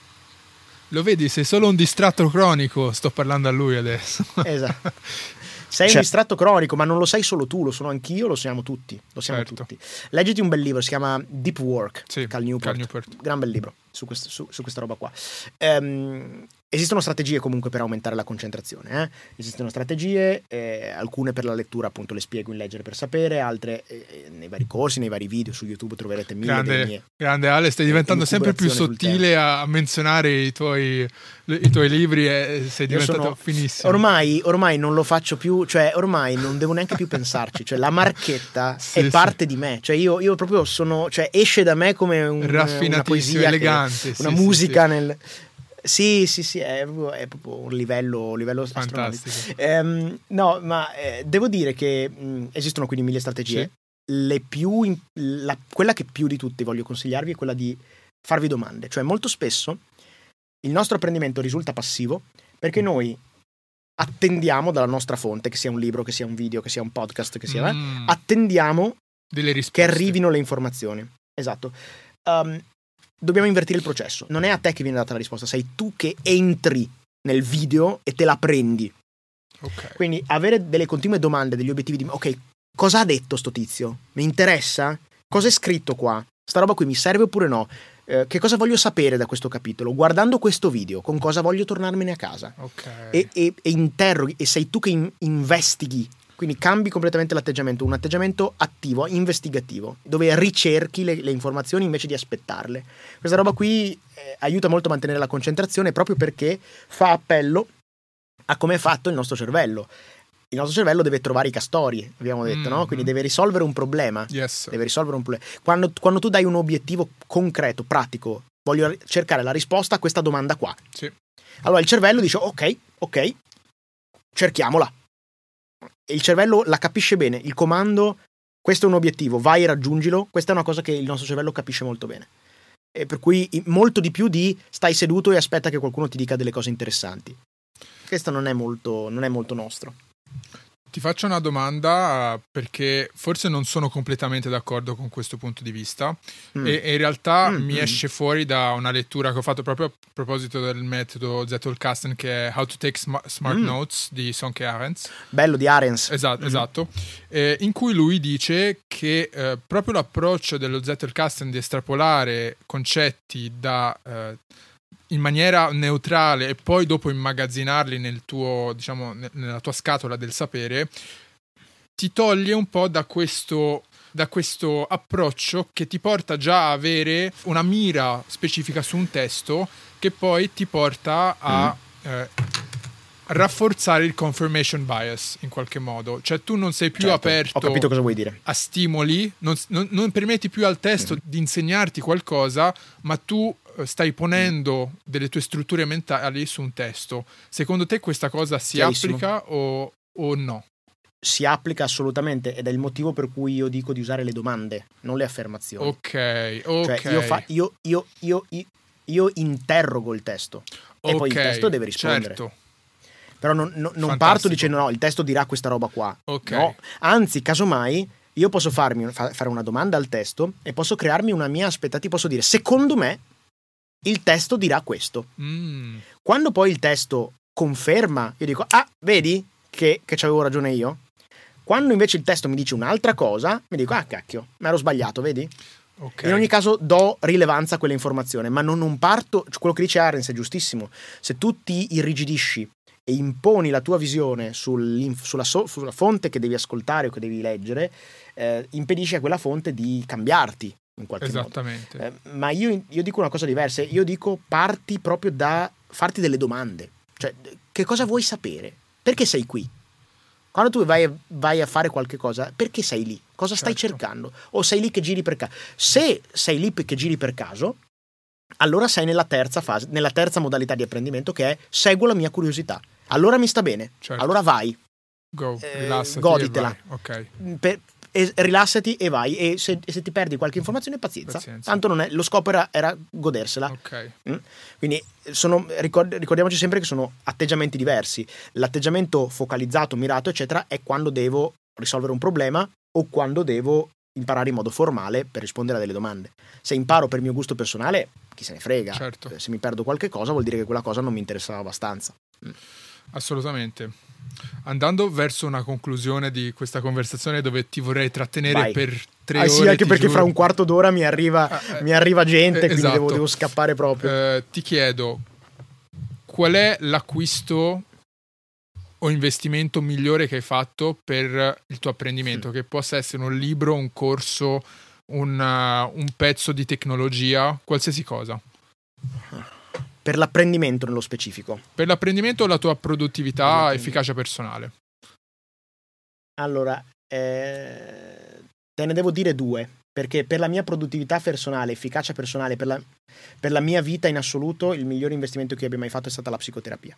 Lo vedi, sei solo un distratto cronico, sto parlando a lui adesso. Esatto. Sei Cioè- un distratto cronico, ma non lo sei solo tu, lo sono anch'io, lo siamo tutti. Lo siamo Certo. tutti. Leggiti un bel libro, si chiama Deep Work, Sì, Cal Newport. Cal Newport. Gran bel libro su, quest- su- su questa roba qua. Ehm, esistono strategie comunque per aumentare la concentrazione. Eh? Esistono strategie, eh, alcune per la lettura, appunto le spiego in Leggere per Sapere, altre eh, nei vari corsi, nei vari video su YouTube troverete mille delle Grande, mie. grande Ale, stai diventando sempre più elucubrazioni sul sottile a, a menzionare i tuoi, le- i tuoi libri e sei Io diventato sono- finissimo. Ormai, ormai non lo faccio più, cioè ormai non devo neanche più pensarci, cioè la marchetta Sì, è sì. parte di me, cioè io, io proprio sono, cioè esce da me come un, una Raffinatissimo, poesia, che- elegante, sì, una sì, musica sì. nel... Sì, sì, sì, è proprio, è proprio un livello, livello astronomico. Fantastico. Ehm, no, ma eh, devo dire che mh, esistono quindi mille strategie. Sì. Le più in- la- quella che più di tutti voglio consigliarvi è quella di farvi domande. Cioè, molto spesso il nostro apprendimento risulta passivo perché noi attendiamo dalla nostra fonte, che sia un libro, che sia un video, che sia un podcast, che sia, Mm, attendiamo delle che risposte. arrivino le informazioni. Esatto. Um, dobbiamo invertire il processo. Non è a te che viene data la risposta, sei tu che entri nel video e te la prendi. Ok. Quindi avere delle continue domande, degli obiettivi di ok, cosa ha detto sto tizio? Mi interessa? Cosa è scritto qua? Sta roba qui mi serve oppure no? Eh, che cosa voglio sapere da questo capitolo? Guardando questo video, con cosa voglio tornarmene a casa? Ok. E, e, e interroghi, e sei tu che in- investighi. Quindi cambi completamente l'atteggiamento, un atteggiamento attivo, investigativo, dove ricerchi le, le informazioni invece di aspettarle. Questa roba qui eh, aiuta molto a mantenere la concentrazione proprio perché fa appello a come è fatto il nostro cervello. Il nostro cervello deve trovare i castori, abbiamo detto, no? Mhm. Quindi deve risolvere un problema. Yes. Deve risolvere un problema. Quando, quando tu dai un obiettivo concreto, pratico, voglio cercare la risposta a questa domanda qua. Sì. Allora il cervello dice ok, ok, cerchiamola. E il cervello la capisce bene, il comando, questo è un obiettivo, vai e raggiungilo, questa è una cosa che il nostro cervello capisce molto bene. E per cui i- molto di più di stai seduto e aspetta che qualcuno ti dica delle cose interessanti. Questo non è molto, non è molto nostro. Ti faccio una domanda eh, perché forse non sono completamente d'accordo con questo punto di vista Mm. e, e in realtà Mm, mi mm. esce fuori da una lettura che ho fatto proprio a proposito del metodo Zettelkasten, che è How to Take Sma- Smart Mm. Notes di Sonke Arens. Bello di Arens. Esatto, Mm. esatto. Eh, in cui lui dice che eh, proprio l'approccio dello Zettelkasten di estrapolare concetti da, eh, in maniera neutrale e poi dopo immagazzinarli nel tuo, diciamo, ne- nella tua scatola del sapere, ti toglie un po' da questo, da questo approccio che ti porta già a avere una mira specifica su un testo che poi ti porta a eh, rafforzare il confirmation bias in qualche modo. Cioè tu non sei più Certo, aperto ho capito cosa vuoi dire. a stimoli, non, non- non permetti più al testo Mm. di insegnarti qualcosa, ma tu eh, stai ponendo delle tue strutture mentali su un testo. Secondo te questa cosa si Chiarissimo. applica o, o no? Si applica assolutamente ed è il motivo per cui io dico di usare le domande, non le affermazioni. Ok, ok. Cioè io, fa- io, io, io, io, io interrogo il testo e poi il Ok, testo deve rispondere. Certo. Però non, non- non Fantastico. parto dicendo no, il testo dirà questa roba qua. Ok. No. Anzi, casomai, io posso farmi, fa- fare una domanda al testo e posso crearmi una mia aspettativa, posso dire, secondo me, il testo dirà questo. Mm, Quando poi il testo conferma, io dico, ah, vedi che, che c'avevo ragione io? Quando invece il testo mi dice un'altra cosa, mi dico, ah, cacchio, mi ero sbagliato, vedi? ok. In ogni caso do rilevanza a quell'informazione, ma non, non parto, quello che dice Arens è giustissimo, se tu ti irrigidisci e imponi la tua visione sul- sulla, so- sulla fonte che devi ascoltare o che devi leggere, eh, impedisci a quella fonte di cambiarti in qualche Esattamente. modo. Eh, ma io, io dico una cosa diversa, io dico parti proprio da farti delle domande, cioè che cosa vuoi sapere? Perché sei qui? Quando tu vai, vai a fare qualche cosa, perché sei lì? Cosa stai Certo. cercando? O sei lì che giri per caso? Se sei lì che giri per caso, allora sei nella terza fase, nella terza modalità di apprendimento, che è seguo la mia curiosità. Allora mi sta bene, Certo. allora vai, Go, eh, rilassati e goditela. vai. Ok. Per- e rilassati e vai, e se, e se ti perdi qualche informazione pazienza, pazienza. Tanto non è, lo scopo era, era godersela. Okay. Mm? Quindi sono, ricord, ricordiamoci sempre che sono atteggiamenti diversi. L'atteggiamento focalizzato, mirato eccetera è quando devo risolvere un problema o quando devo imparare in modo formale per rispondere a delle domande. Se imparo per mio gusto personale, chi se ne frega. Certo. Se mi perdo qualche cosa vuol dire che quella cosa non mi interessava abbastanza. Mm. Assolutamente. Andando verso una conclusione di questa conversazione dove ti vorrei trattenere Vai. per tre ah, ore. Sì, anche perché giuro. fra un quarto d'ora mi arriva, ah, eh, mi arriva gente, eh, quindi esatto. devo, devo scappare proprio. Eh, ti chiedo, qual è l'acquisto o investimento migliore che hai fatto per il tuo apprendimento? Mm. Che possa essere un libro, un corso, un, uh, un pezzo di tecnologia, qualsiasi cosa. Per l'apprendimento nello specifico. Per l'apprendimento o la tua produttività, efficacia personale? Allora, eh, te ne devo dire due, perché per la mia produttività personale, efficacia personale, per la, per la mia vita in assoluto, il migliore investimento che abbia mai fatto è stata la psicoterapia.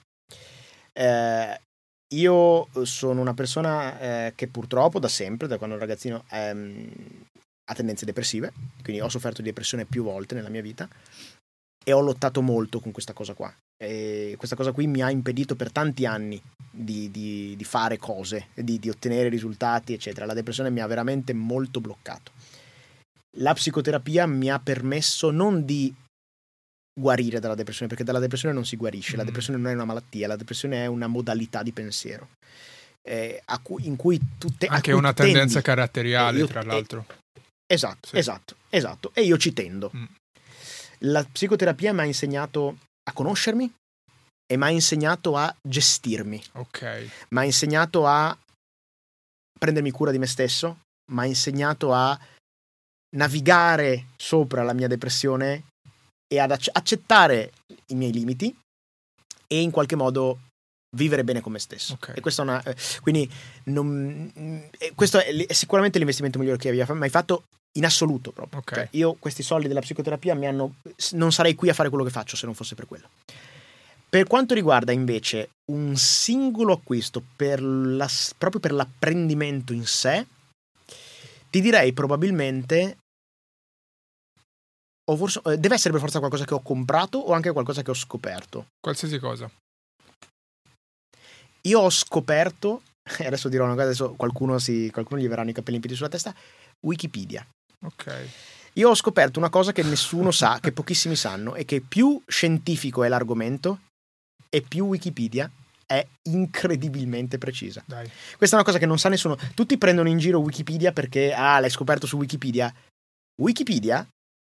Eh, io sono una persona eh, che purtroppo da sempre, da quando ero ragazzino, ehm, ha tendenze depressive, quindi ho sofferto di depressione più volte nella mia vita. E ho lottato molto con questa cosa qua. E questa cosa qui mi ha impedito per tanti anni di, di, di fare cose, di, di ottenere risultati, eccetera. La depressione mi ha veramente molto bloccato. La psicoterapia mi ha permesso non di guarire dalla depressione, perché dalla depressione non si guarisce. La depressione non è una malattia, la depressione è una modalità di pensiero. Eh, a cui, in cui tutte anche una tendenza tendi. caratteriale, io, tra l'altro. Eh, esatto, sì. esatto, esatto. E io ci tendo. Mm. La psicoterapia mi ha insegnato a conoscermi e mi ha insegnato a gestirmi. Ok. Mi ha insegnato a prendermi cura di me stesso, mi ha insegnato a navigare sopra la mia depressione e ad accettare i miei limiti e in qualche modo vivere bene con me stesso. Okay. E questa è una, quindi non, questo è, è sicuramente l'investimento migliore che abbia mai fatto in assoluto proprio. Okay. Cioè, io questi soldi della psicoterapia mi hanno, non sarei qui a fare quello che faccio se non fosse per quello. Per quanto riguarda invece un singolo acquisto per la, proprio per l'apprendimento in sé, ti direi probabilmente o forse, deve essere per forza qualcosa che ho comprato o anche qualcosa che ho scoperto. Qualsiasi cosa. Io ho scoperto, adesso dirò una cosa, adesso qualcuno, si, qualcuno gli verranno i capelli in piedi sulla testa, Wikipedia. Ok. Io ho scoperto una cosa che nessuno sa, che pochissimi sanno, e che più scientifico è l'argomento e più Wikipedia è incredibilmente precisa. Dai. Questa è una cosa che non sa nessuno. Tutti prendono in giro Wikipedia perché, ah, l'hai scoperto su Wikipedia. Wikipedia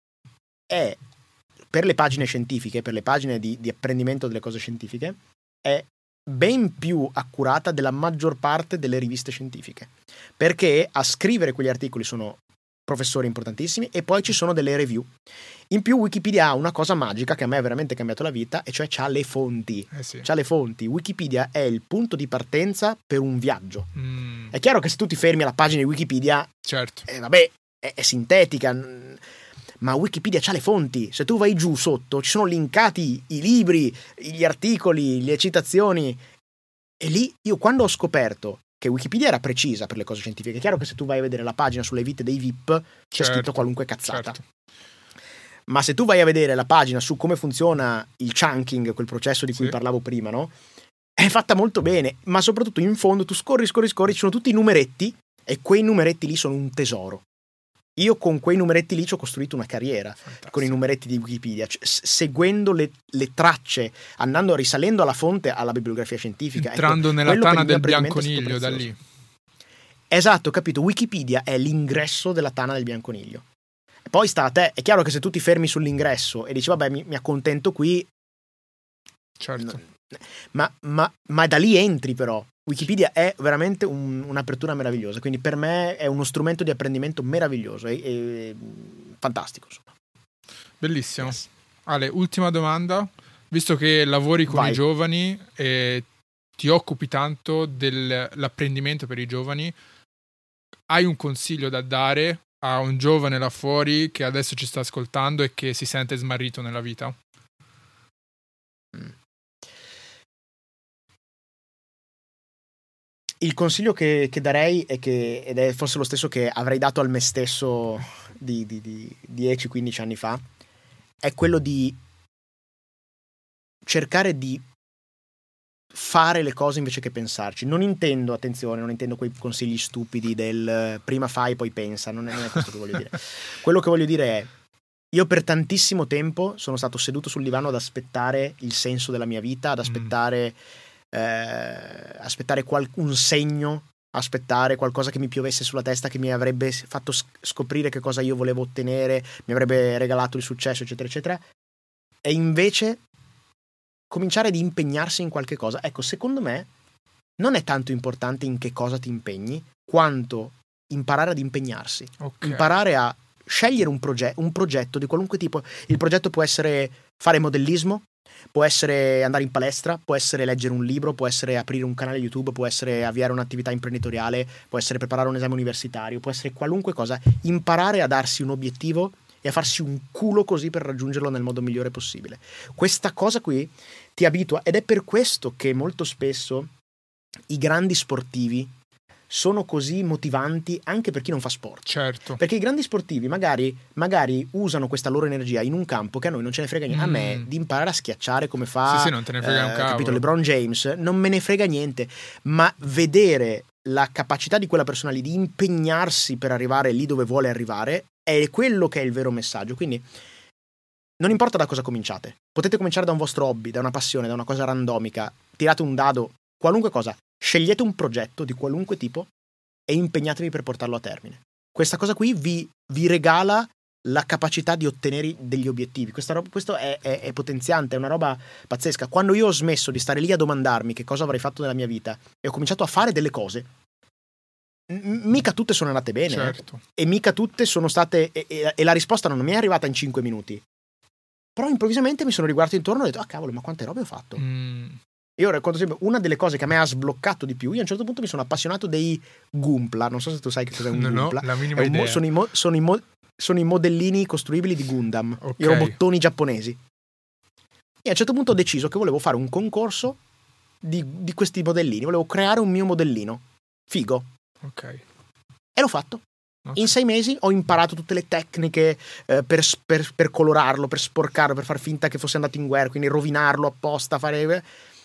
è, per le pagine scientifiche, per le pagine di, di apprendimento delle cose scientifiche, è ben più accurata della maggior parte delle riviste scientifiche, perché a scrivere quegli articoli sono professori importantissimi e poi ci sono delle review. In più Wikipedia ha una cosa magica che a me ha veramente cambiato la vita, e cioè c'ha le fonti. Eh sì. C'ha le fonti. Wikipedia è il punto di partenza per un viaggio. Mm. È chiaro che se tu ti fermi alla pagina di Wikipedia, certo. eh, vabbè, è, è sintetica, ma Wikipedia c'ha le fonti. Se tu vai giù sotto ci sono linkati i libri, gli articoli, le citazioni, e lì io quando ho scoperto che Wikipedia era precisa per le cose scientifiche, è chiaro che se tu vai a vedere la pagina sulle vite dei V I P c'è certo, scritto qualunque cazzata, certo. Ma se tu vai a vedere la pagina su come funziona il chunking, quel processo di cui sì. parlavo prima, no? È fatta molto bene, ma soprattutto in fondo tu scorri, scorri, scorri, ci sono tutti i numeretti e quei numeretti lì sono un tesoro. Io con quei numeretti lì ci ho costruito una carriera. Fantastico. Con i numeretti di Wikipedia, cioè, s- seguendo le, le tracce, andando, risalendo alla fonte, alla bibliografia scientifica. Entrando ecco, nella tana del bianconiglio da lì. Esatto, capito. Wikipedia è l'ingresso della tana del bianconiglio. Poi sta a te. È chiaro che se tu ti fermi sull'ingresso e dici vabbè mi, mi accontento qui, certo. No, ma, ma, ma da lì entri però. Wikipedia è veramente un, un'apertura meravigliosa, quindi per me è uno strumento di apprendimento meraviglioso e, e fantastico. Insomma. Bellissimo. Yes. Ale, ultima domanda. Visto che lavori con Vai. i giovani e ti occupi tanto dell'apprendimento per i giovani, hai un consiglio da dare a un giovane là fuori che adesso ci sta ascoltando e che si sente smarrito nella vita? Mm. Il consiglio che, che darei è che, ed è forse lo stesso che avrei dato al me stesso di, di, di dieci quindici anni fa, è quello di cercare di fare le cose invece che pensarci. Non intendo, attenzione, non intendo quei consigli stupidi del prima fai poi pensa, non è, non è questo che voglio dire. Quello che voglio dire è: io per tantissimo tempo sono stato seduto sul divano ad aspettare il senso della mia vita, ad aspettare mm. Eh, aspettare qual- un segno, aspettare qualcosa che mi piovesse sulla testa, che mi avrebbe fatto scoprire che cosa io volevo ottenere, mi avrebbe regalato il successo, eccetera eccetera. E invece cominciare ad impegnarsi in qualche cosa. Ecco, secondo me non è tanto importante in che cosa ti impegni quanto imparare ad impegnarsi. Okay. Imparare a scegliere un, proge- un progetto di qualunque tipo. Il progetto può essere fare modellismo, può essere andare in palestra, può essere leggere un libro, può essere aprire un canale YouTube, può essere avviare un'attività imprenditoriale, può essere preparare un esame universitario, può essere qualunque cosa. Imparare a darsi un obiettivo e a farsi un culo così per raggiungerlo nel modo migliore possibile. Questa cosa qui ti abitua, ed è per questo che molto spesso i grandi sportivi sono così motivanti anche per chi non fa sport. Certo. Perché i grandi sportivi magari, magari usano questa loro energia in un campo che a noi non ce ne frega niente. Mm. A me di imparare a schiacciare come fa sì, sì, non te ne frega eh, un cavolo. capito, LeBron James, non me ne frega niente, ma vedere la capacità di quella persona lì di impegnarsi per arrivare lì dove vuole arrivare è quello che è il vero messaggio. Quindi non importa da cosa cominciate, potete cominciare da un vostro hobby, da una passione, da una cosa randomica, tirate un dado, qualunque cosa. Scegliete un progetto di qualunque tipo e impegnatevi per portarlo a termine. Questa cosa qui vi, vi regala la capacità di ottenere degli obiettivi. Questa roba, questo è, è, è potenziante, è una roba pazzesca. Quando io ho smesso di stare lì a domandarmi che cosa avrei fatto nella mia vita e ho cominciato a fare delle cose, m- mica tutte sono andate bene. Certo. Eh? E mica tutte sono state... E, e, e la risposta non mi è arrivata in cinque minuti. Però improvvisamente mi sono riguardato intorno e ho detto, ah cavolo, ma quante robe ho fatto? Mm. Io racconto sempre una delle cose che a me ha sbloccato di più. Io a un certo punto mi sono appassionato dei Gunpla. Non so se tu sai che cos'è un no, Gunpla. No, la minima idea. Mo- sono, i mo- sono, i mo- sono i modellini costruibili di Gundam, okay. I robottoni giapponesi. E a un certo punto ho deciso che volevo fare un concorso di, di questi modellini. Volevo creare un mio modellino figo. Ok. E l'ho fatto. Okay. In sei mesi ho imparato tutte le tecniche eh, per, per, per colorarlo, per sporcarlo, per far finta che fosse andato in guerra, quindi rovinarlo apposta, fare...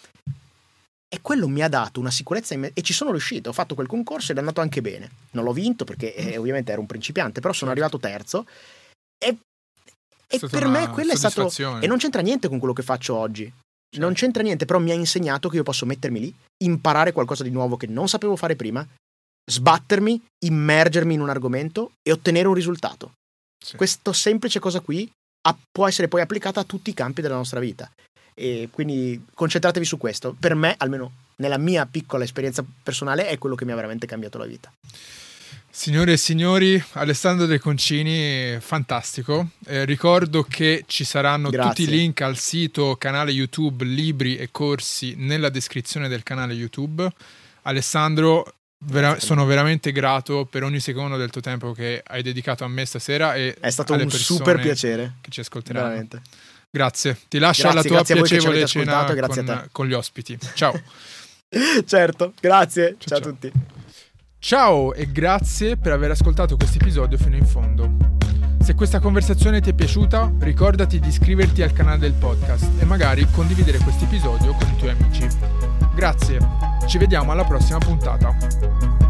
E quello mi ha dato una sicurezza imm- e ci sono riuscito. Ho fatto quel concorso ed è andato anche bene. Non l'ho vinto perché eh, ovviamente ero un principiante, però sono arrivato terzo e, e per me quello è stato... E non c'entra niente con quello che faccio oggi. Certo. Non c'entra niente, però mi ha insegnato che io posso mettermi lì, imparare qualcosa di nuovo che non sapevo fare prima, sbattermi, immergermi in un argomento e ottenere un risultato. Sì. Questa semplice cosa qui ha, può essere poi applicata a tutti i campi della nostra vita. E quindi concentratevi su questo. Per me, almeno nella mia piccola esperienza personale, è quello che mi ha veramente cambiato la vita. Signore e signori, Alessandro De Concini, fantastico. Eh, ricordo che ci saranno Grazie. Tutti i link al sito, canale YouTube, libri e corsi nella descrizione del canale YouTube. Alessandro, vera- sono veramente grato per ogni secondo del tuo tempo che hai dedicato a me stasera e è stato un super piacere che ci ascolteranno. Veramente. Grazie, ti lascio grazie, alla tua piacevole cena con, con gli ospiti. Ciao. Certo, grazie. Ciao, ciao, ciao a tutti. Ciao e grazie per aver ascoltato questo episodio fino in fondo. Se questa conversazione ti è piaciuta, ricordati di iscriverti al canale del podcast e magari condividere questo episodio con i tuoi amici. Grazie, ci vediamo alla prossima puntata.